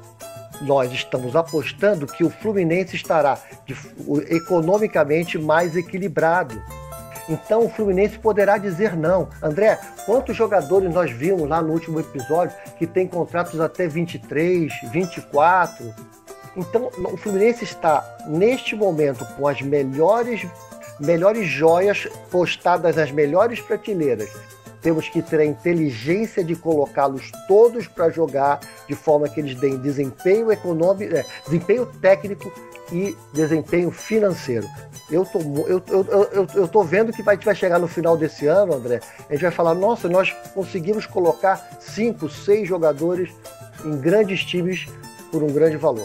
nós estamos apostando que o Fluminense estará de, economicamente mais equilibrado. Então o Fluminense poderá dizer não. André, quantos jogadores nós vimos lá no último episódio que tem contratos até vinte e três, vinte e quatro? Então o Fluminense está, neste momento, com as melhores, melhores joias postadas nas melhores prateleiras. Temos que ter a inteligência de colocá-los todos para jogar de forma que eles deem desempenho econômico, é, desempenho técnico e desempenho financeiro. Eu tô, eu, eu, eu, eu tô vendo que vai, vai chegar no final desse ano, André, a gente vai falar, nossa, nós conseguimos colocar cinco, seis jogadores em grandes times por um grande valor.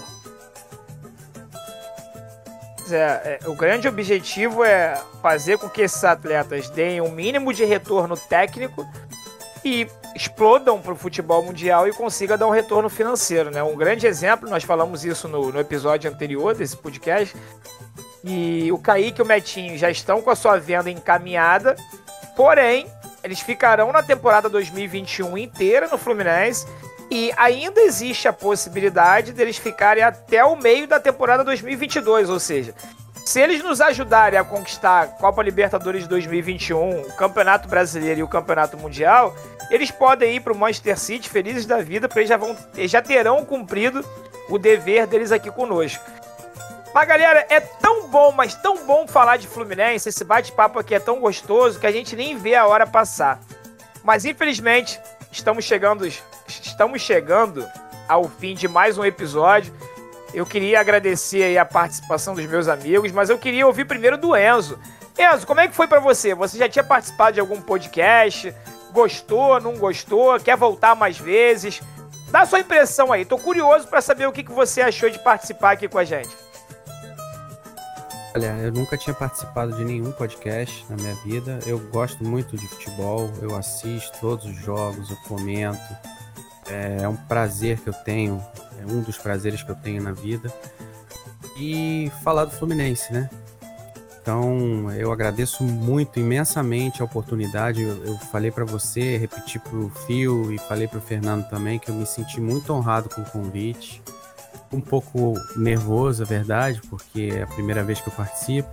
É, é, o grande objetivo é fazer com que esses atletas deem um mínimo de retorno técnico e explodam para o futebol mundial e consigam dar um retorno financeiro, né? Um grande exemplo, nós falamos isso no, no episódio anterior desse podcast, e o Kaique e o Metinho já estão com a sua venda encaminhada, porém, eles ficarão na temporada dois mil e vinte e um inteira no Fluminense. E ainda existe a possibilidade deles ficarem até o meio da temporada dois mil e vinte e dois, ou seja, se eles nos ajudarem a conquistar a Copa Libertadores de dois mil e vinte e um, o Campeonato Brasileiro e o Campeonato Mundial, eles podem ir para o Manchester City felizes da vida, porque eles já, vão, eles já terão cumprido o dever deles aqui conosco. Mas galera, é tão bom, mas tão bom falar de Fluminense, esse bate-papo aqui é tão gostoso que a gente nem vê a hora passar. Mas infelizmente, estamos chegando... Estamos chegando ao fim de mais um episódio. Eu queria agradecer aí a participação dos meus amigos, mas eu queria ouvir primeiro do Enzo. Enzo, como é que foi pra você? Você já tinha participado de algum podcast? Gostou, não gostou? Quer voltar mais vezes? Dá a sua impressão aí. Tô curioso pra saber o que você achou de participar aqui com a gente. Olha, eu nunca tinha participado de nenhum podcast na minha vida. Eu gosto muito de futebol, eu assisto todos os jogos, eu comento. É um prazer que eu tenho, é um dos prazeres que eu tenho na vida. E falar do Fluminense, né? Então, eu agradeço muito, imensamente a oportunidade. Eu, eu falei para você, repeti pro Fio e falei pro Fernando também que eu me senti muito honrado com o convite. Um pouco nervoso, é verdade, porque é a primeira vez que eu participo.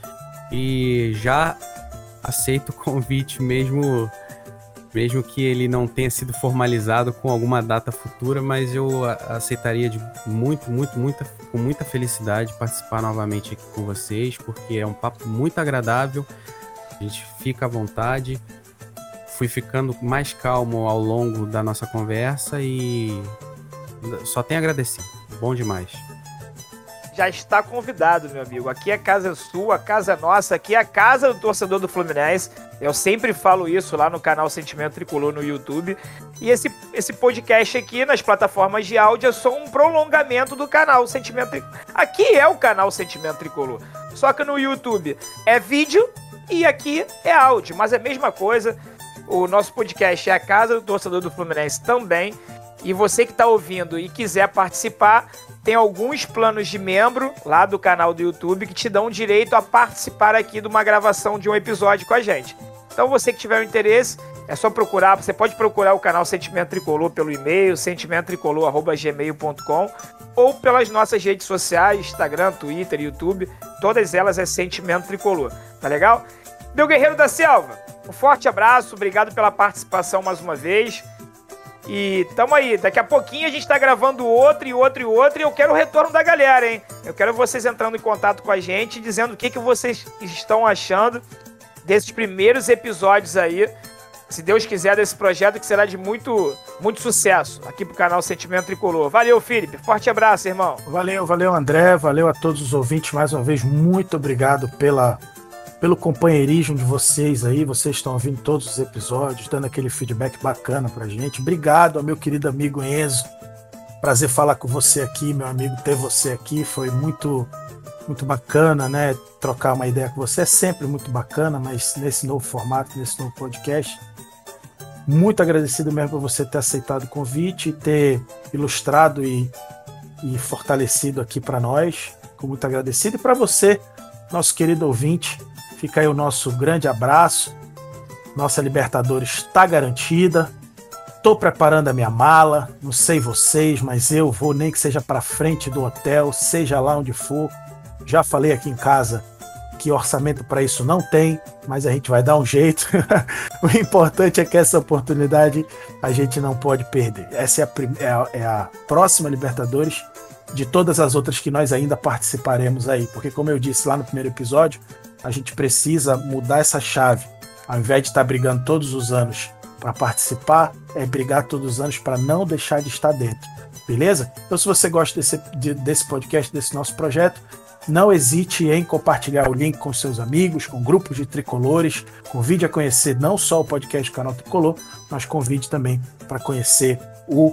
E já aceito o convite mesmo, mesmo que ele não tenha sido formalizado com alguma data futura, mas eu aceitaria de muito, muito, muita, com muita felicidade participar novamente aqui com vocês, porque é um papo muito agradável, a gente fica à vontade. Fui ficando mais calmo ao longo da nossa conversa e só tenho a agradecer. Bom demais. Já está convidado, meu amigo. Aqui é casa sua, a casa é nossa, aqui é a casa do torcedor do Fluminense. Eu sempre falo isso lá no canal Sentimento Tricolor no YouTube. E esse, esse podcast aqui nas plataformas de áudio é só um prolongamento do canal Sentimento Tricolor. Aqui é o canal Sentimento Tricolor. Só que no YouTube é vídeo e aqui é áudio. Mas é a mesma coisa. O nosso podcast é a casa do torcedor do Fluminense também. E você que está ouvindo e quiser participar, tem alguns planos de membro lá do canal do YouTube que te dão direito a participar aqui de uma gravação de um episódio com a gente. Então você que tiver um interesse, é só procurar, você pode procurar o canal Sentimento Tricolor pelo e-mail, sentimento tricolor arroba gmail ponto com, ou pelas nossas redes sociais, Instagram, Twitter, YouTube, todas elas é Sentimento Tricolor, tá legal? Meu guerreiro da selva, um forte abraço, obrigado pela participação mais uma vez. E tamo aí, daqui a pouquinho a gente tá gravando outro e outro e outro e eu quero o retorno da galera, hein? Eu quero vocês entrando em contato com a gente, dizendo o que, que vocês estão achando desses primeiros episódios aí, se Deus quiser, desse projeto que será de muito, muito sucesso aqui pro canal Sentimento Tricolor. Valeu, Felipe, forte abraço, irmão. Valeu, valeu, André, valeu a todos os ouvintes, mais uma vez, muito obrigado pela... pelo companheirismo de vocês aí, vocês estão ouvindo todos os episódios, dando aquele feedback bacana pra gente. Obrigado ao meu querido amigo Enzo, prazer falar com você aqui, meu amigo, ter você aqui, foi muito, muito bacana, né, trocar uma ideia com você, é sempre muito bacana, mas nesse novo formato, nesse novo podcast, muito agradecido mesmo por você ter aceitado o convite, ter ilustrado e, e fortalecido aqui para nós, fico muito agradecido, e para você, nosso querido ouvinte, fica aí o nosso grande abraço. Nossa Libertadores está garantida. Estou preparando a minha mala. Não sei vocês, mas eu vou nem que seja para frente do hotel, seja lá onde for. Já falei aqui em casa que orçamento para isso não tem, mas a gente vai dar um jeito. O importante é que essa oportunidade a gente não pode perder. Essa é a, prim- é a, é a próxima Libertadores de todas as outras que nós ainda participaremos aí. Porque, como eu disse lá no primeiro episódio, a gente precisa mudar essa chave. Ao invés de estar brigando todos os anos para participar, é brigar todos os anos para não deixar de estar dentro. Beleza? Então, se você gosta desse, de, desse podcast, desse nosso projeto, não hesite em compartilhar o link com seus amigos, com grupos de tricolores. Convide a conhecer não só o podcast do Canal Tricolor, mas convide também para conhecer o,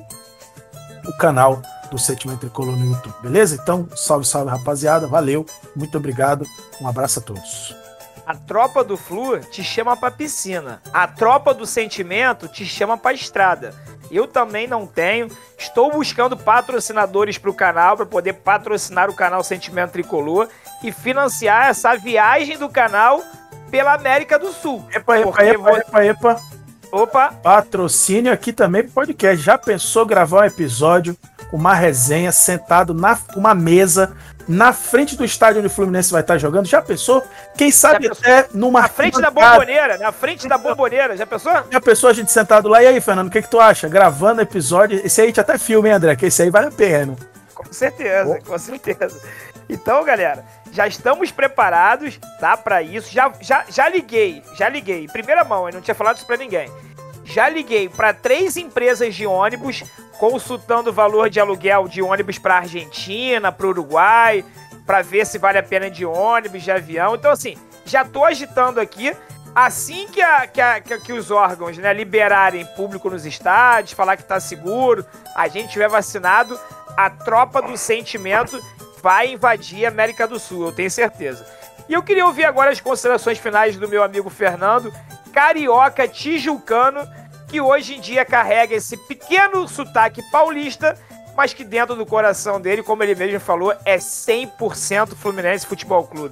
o canal do Sentimento Tricolor no YouTube, beleza? Então, salve, salve, rapaziada, valeu, muito obrigado, um abraço a todos. A tropa do Flu te chama pra piscina, a tropa do Sentimento te chama pra estrada. Eu também não tenho, estou buscando patrocinadores pro canal, para poder patrocinar o canal Sentimento Tricolor e financiar essa viagem do canal pela América do Sul. Epa, epa, epa, vou... epa, epa. Opa! Patrocínio aqui também pro podcast. Já pensou gravar um episódio com uma resenha, sentado na uma mesa na frente do estádio onde o Fluminense vai estar jogando? Já pensou? Quem sabe até numa... Na frente da bomboneira, na frente da bomboneira, já pensou? Já pensou a gente sentado lá? E aí, Fernando, o que que tu acha? Gravando episódio, esse aí a gente até filma, hein, André? Que esse aí vale a pena. Com certeza, oh. com certeza. Então, galera, já estamos preparados, tá, pra isso. Já, já, já liguei, já liguei, em primeira mão, eu não tinha falado isso pra ninguém. Já liguei para três empresas de ônibus, consultando o valor de aluguel de ônibus para Argentina, para Uruguai, para ver se vale a pena de ônibus, de avião. Então, assim, já tô agitando aqui. Assim que, a, que, a, que, que os órgãos, né, liberarem público nos estádios, falar que tá seguro, a gente tiver vacinado, a tropa do Sentimento vai invadir a América do Sul, eu tenho certeza. E eu queria ouvir agora as considerações finais do meu amigo Fernando, carioca tijucano, que hoje em dia carrega esse pequeno sotaque paulista, mas que dentro do coração dele, como ele mesmo falou, é cem por cento Fluminense Futebol Clube.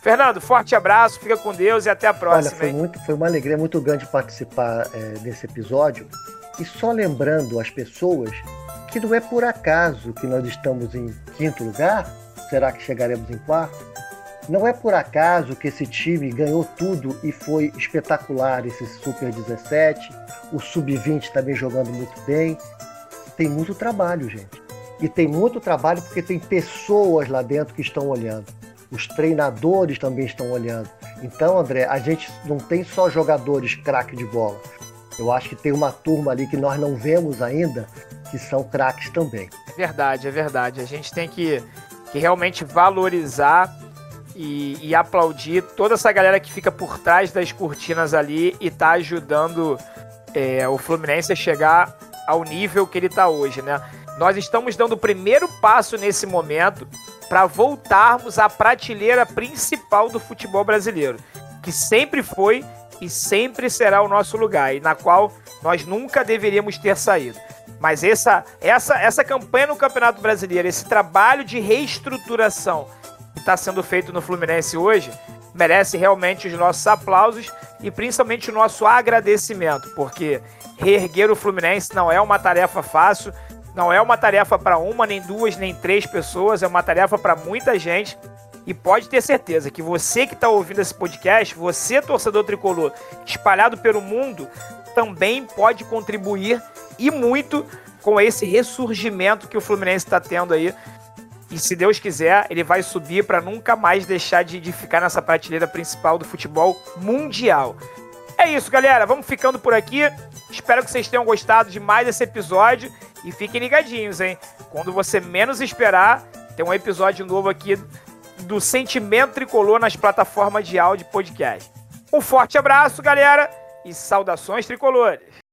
Fernando, forte abraço, fica com Deus e até a próxima. Olha, foi, muito, foi uma alegria muito grande participar é, desse episódio. E só lembrando as pessoas que não é por acaso que nós estamos em quinto lugar, será que chegaremos em quarto? Não é por acaso que esse time ganhou tudo e foi espetacular, esse Super dezessete, o Sub vinte também jogando muito bem. Tem muito trabalho, gente. E tem muito trabalho porque tem pessoas lá dentro que estão olhando. Os treinadores também estão olhando. Então, André, a gente não tem só jogadores craque de bola. Eu acho que tem uma turma ali que nós não vemos ainda, que são craques também. É verdade, é verdade. A gente tem que, que realmente valorizar e, e aplaudir toda essa galera que fica por trás das cortinas ali e tá ajudando é, o Fluminense a chegar ao nível que ele tá hoje, né? Nós estamos dando o primeiro passo nesse momento para voltarmos à prateleira principal do futebol brasileiro, que sempre foi e sempre será o nosso lugar, e na qual nós nunca deveríamos ter saído. Mas essa, essa, essa campanha no Campeonato Brasileiro, esse trabalho de reestruturação que está sendo feito no Fluminense hoje, merece realmente os nossos aplausos e principalmente o nosso agradecimento, porque reerguer o Fluminense não é uma tarefa fácil, não é uma tarefa para uma, nem duas, nem três pessoas, é uma tarefa para muita gente. E pode ter certeza que você que está ouvindo esse podcast, você, torcedor tricolor, espalhado pelo mundo, também pode contribuir e muito com esse ressurgimento que o Fluminense está tendo aí. E se Deus quiser, ele vai subir para nunca mais deixar de, de ficar nessa prateleira principal do futebol mundial. É isso, galera. Vamos ficando por aqui. Espero que vocês tenham gostado de mais esse episódio. E fiquem ligadinhos, hein? Quando você menos esperar, tem um episódio novo aqui do Sentimento Tricolor nas plataformas de áudio e podcast. Um forte abraço, galera, e saudações tricolores!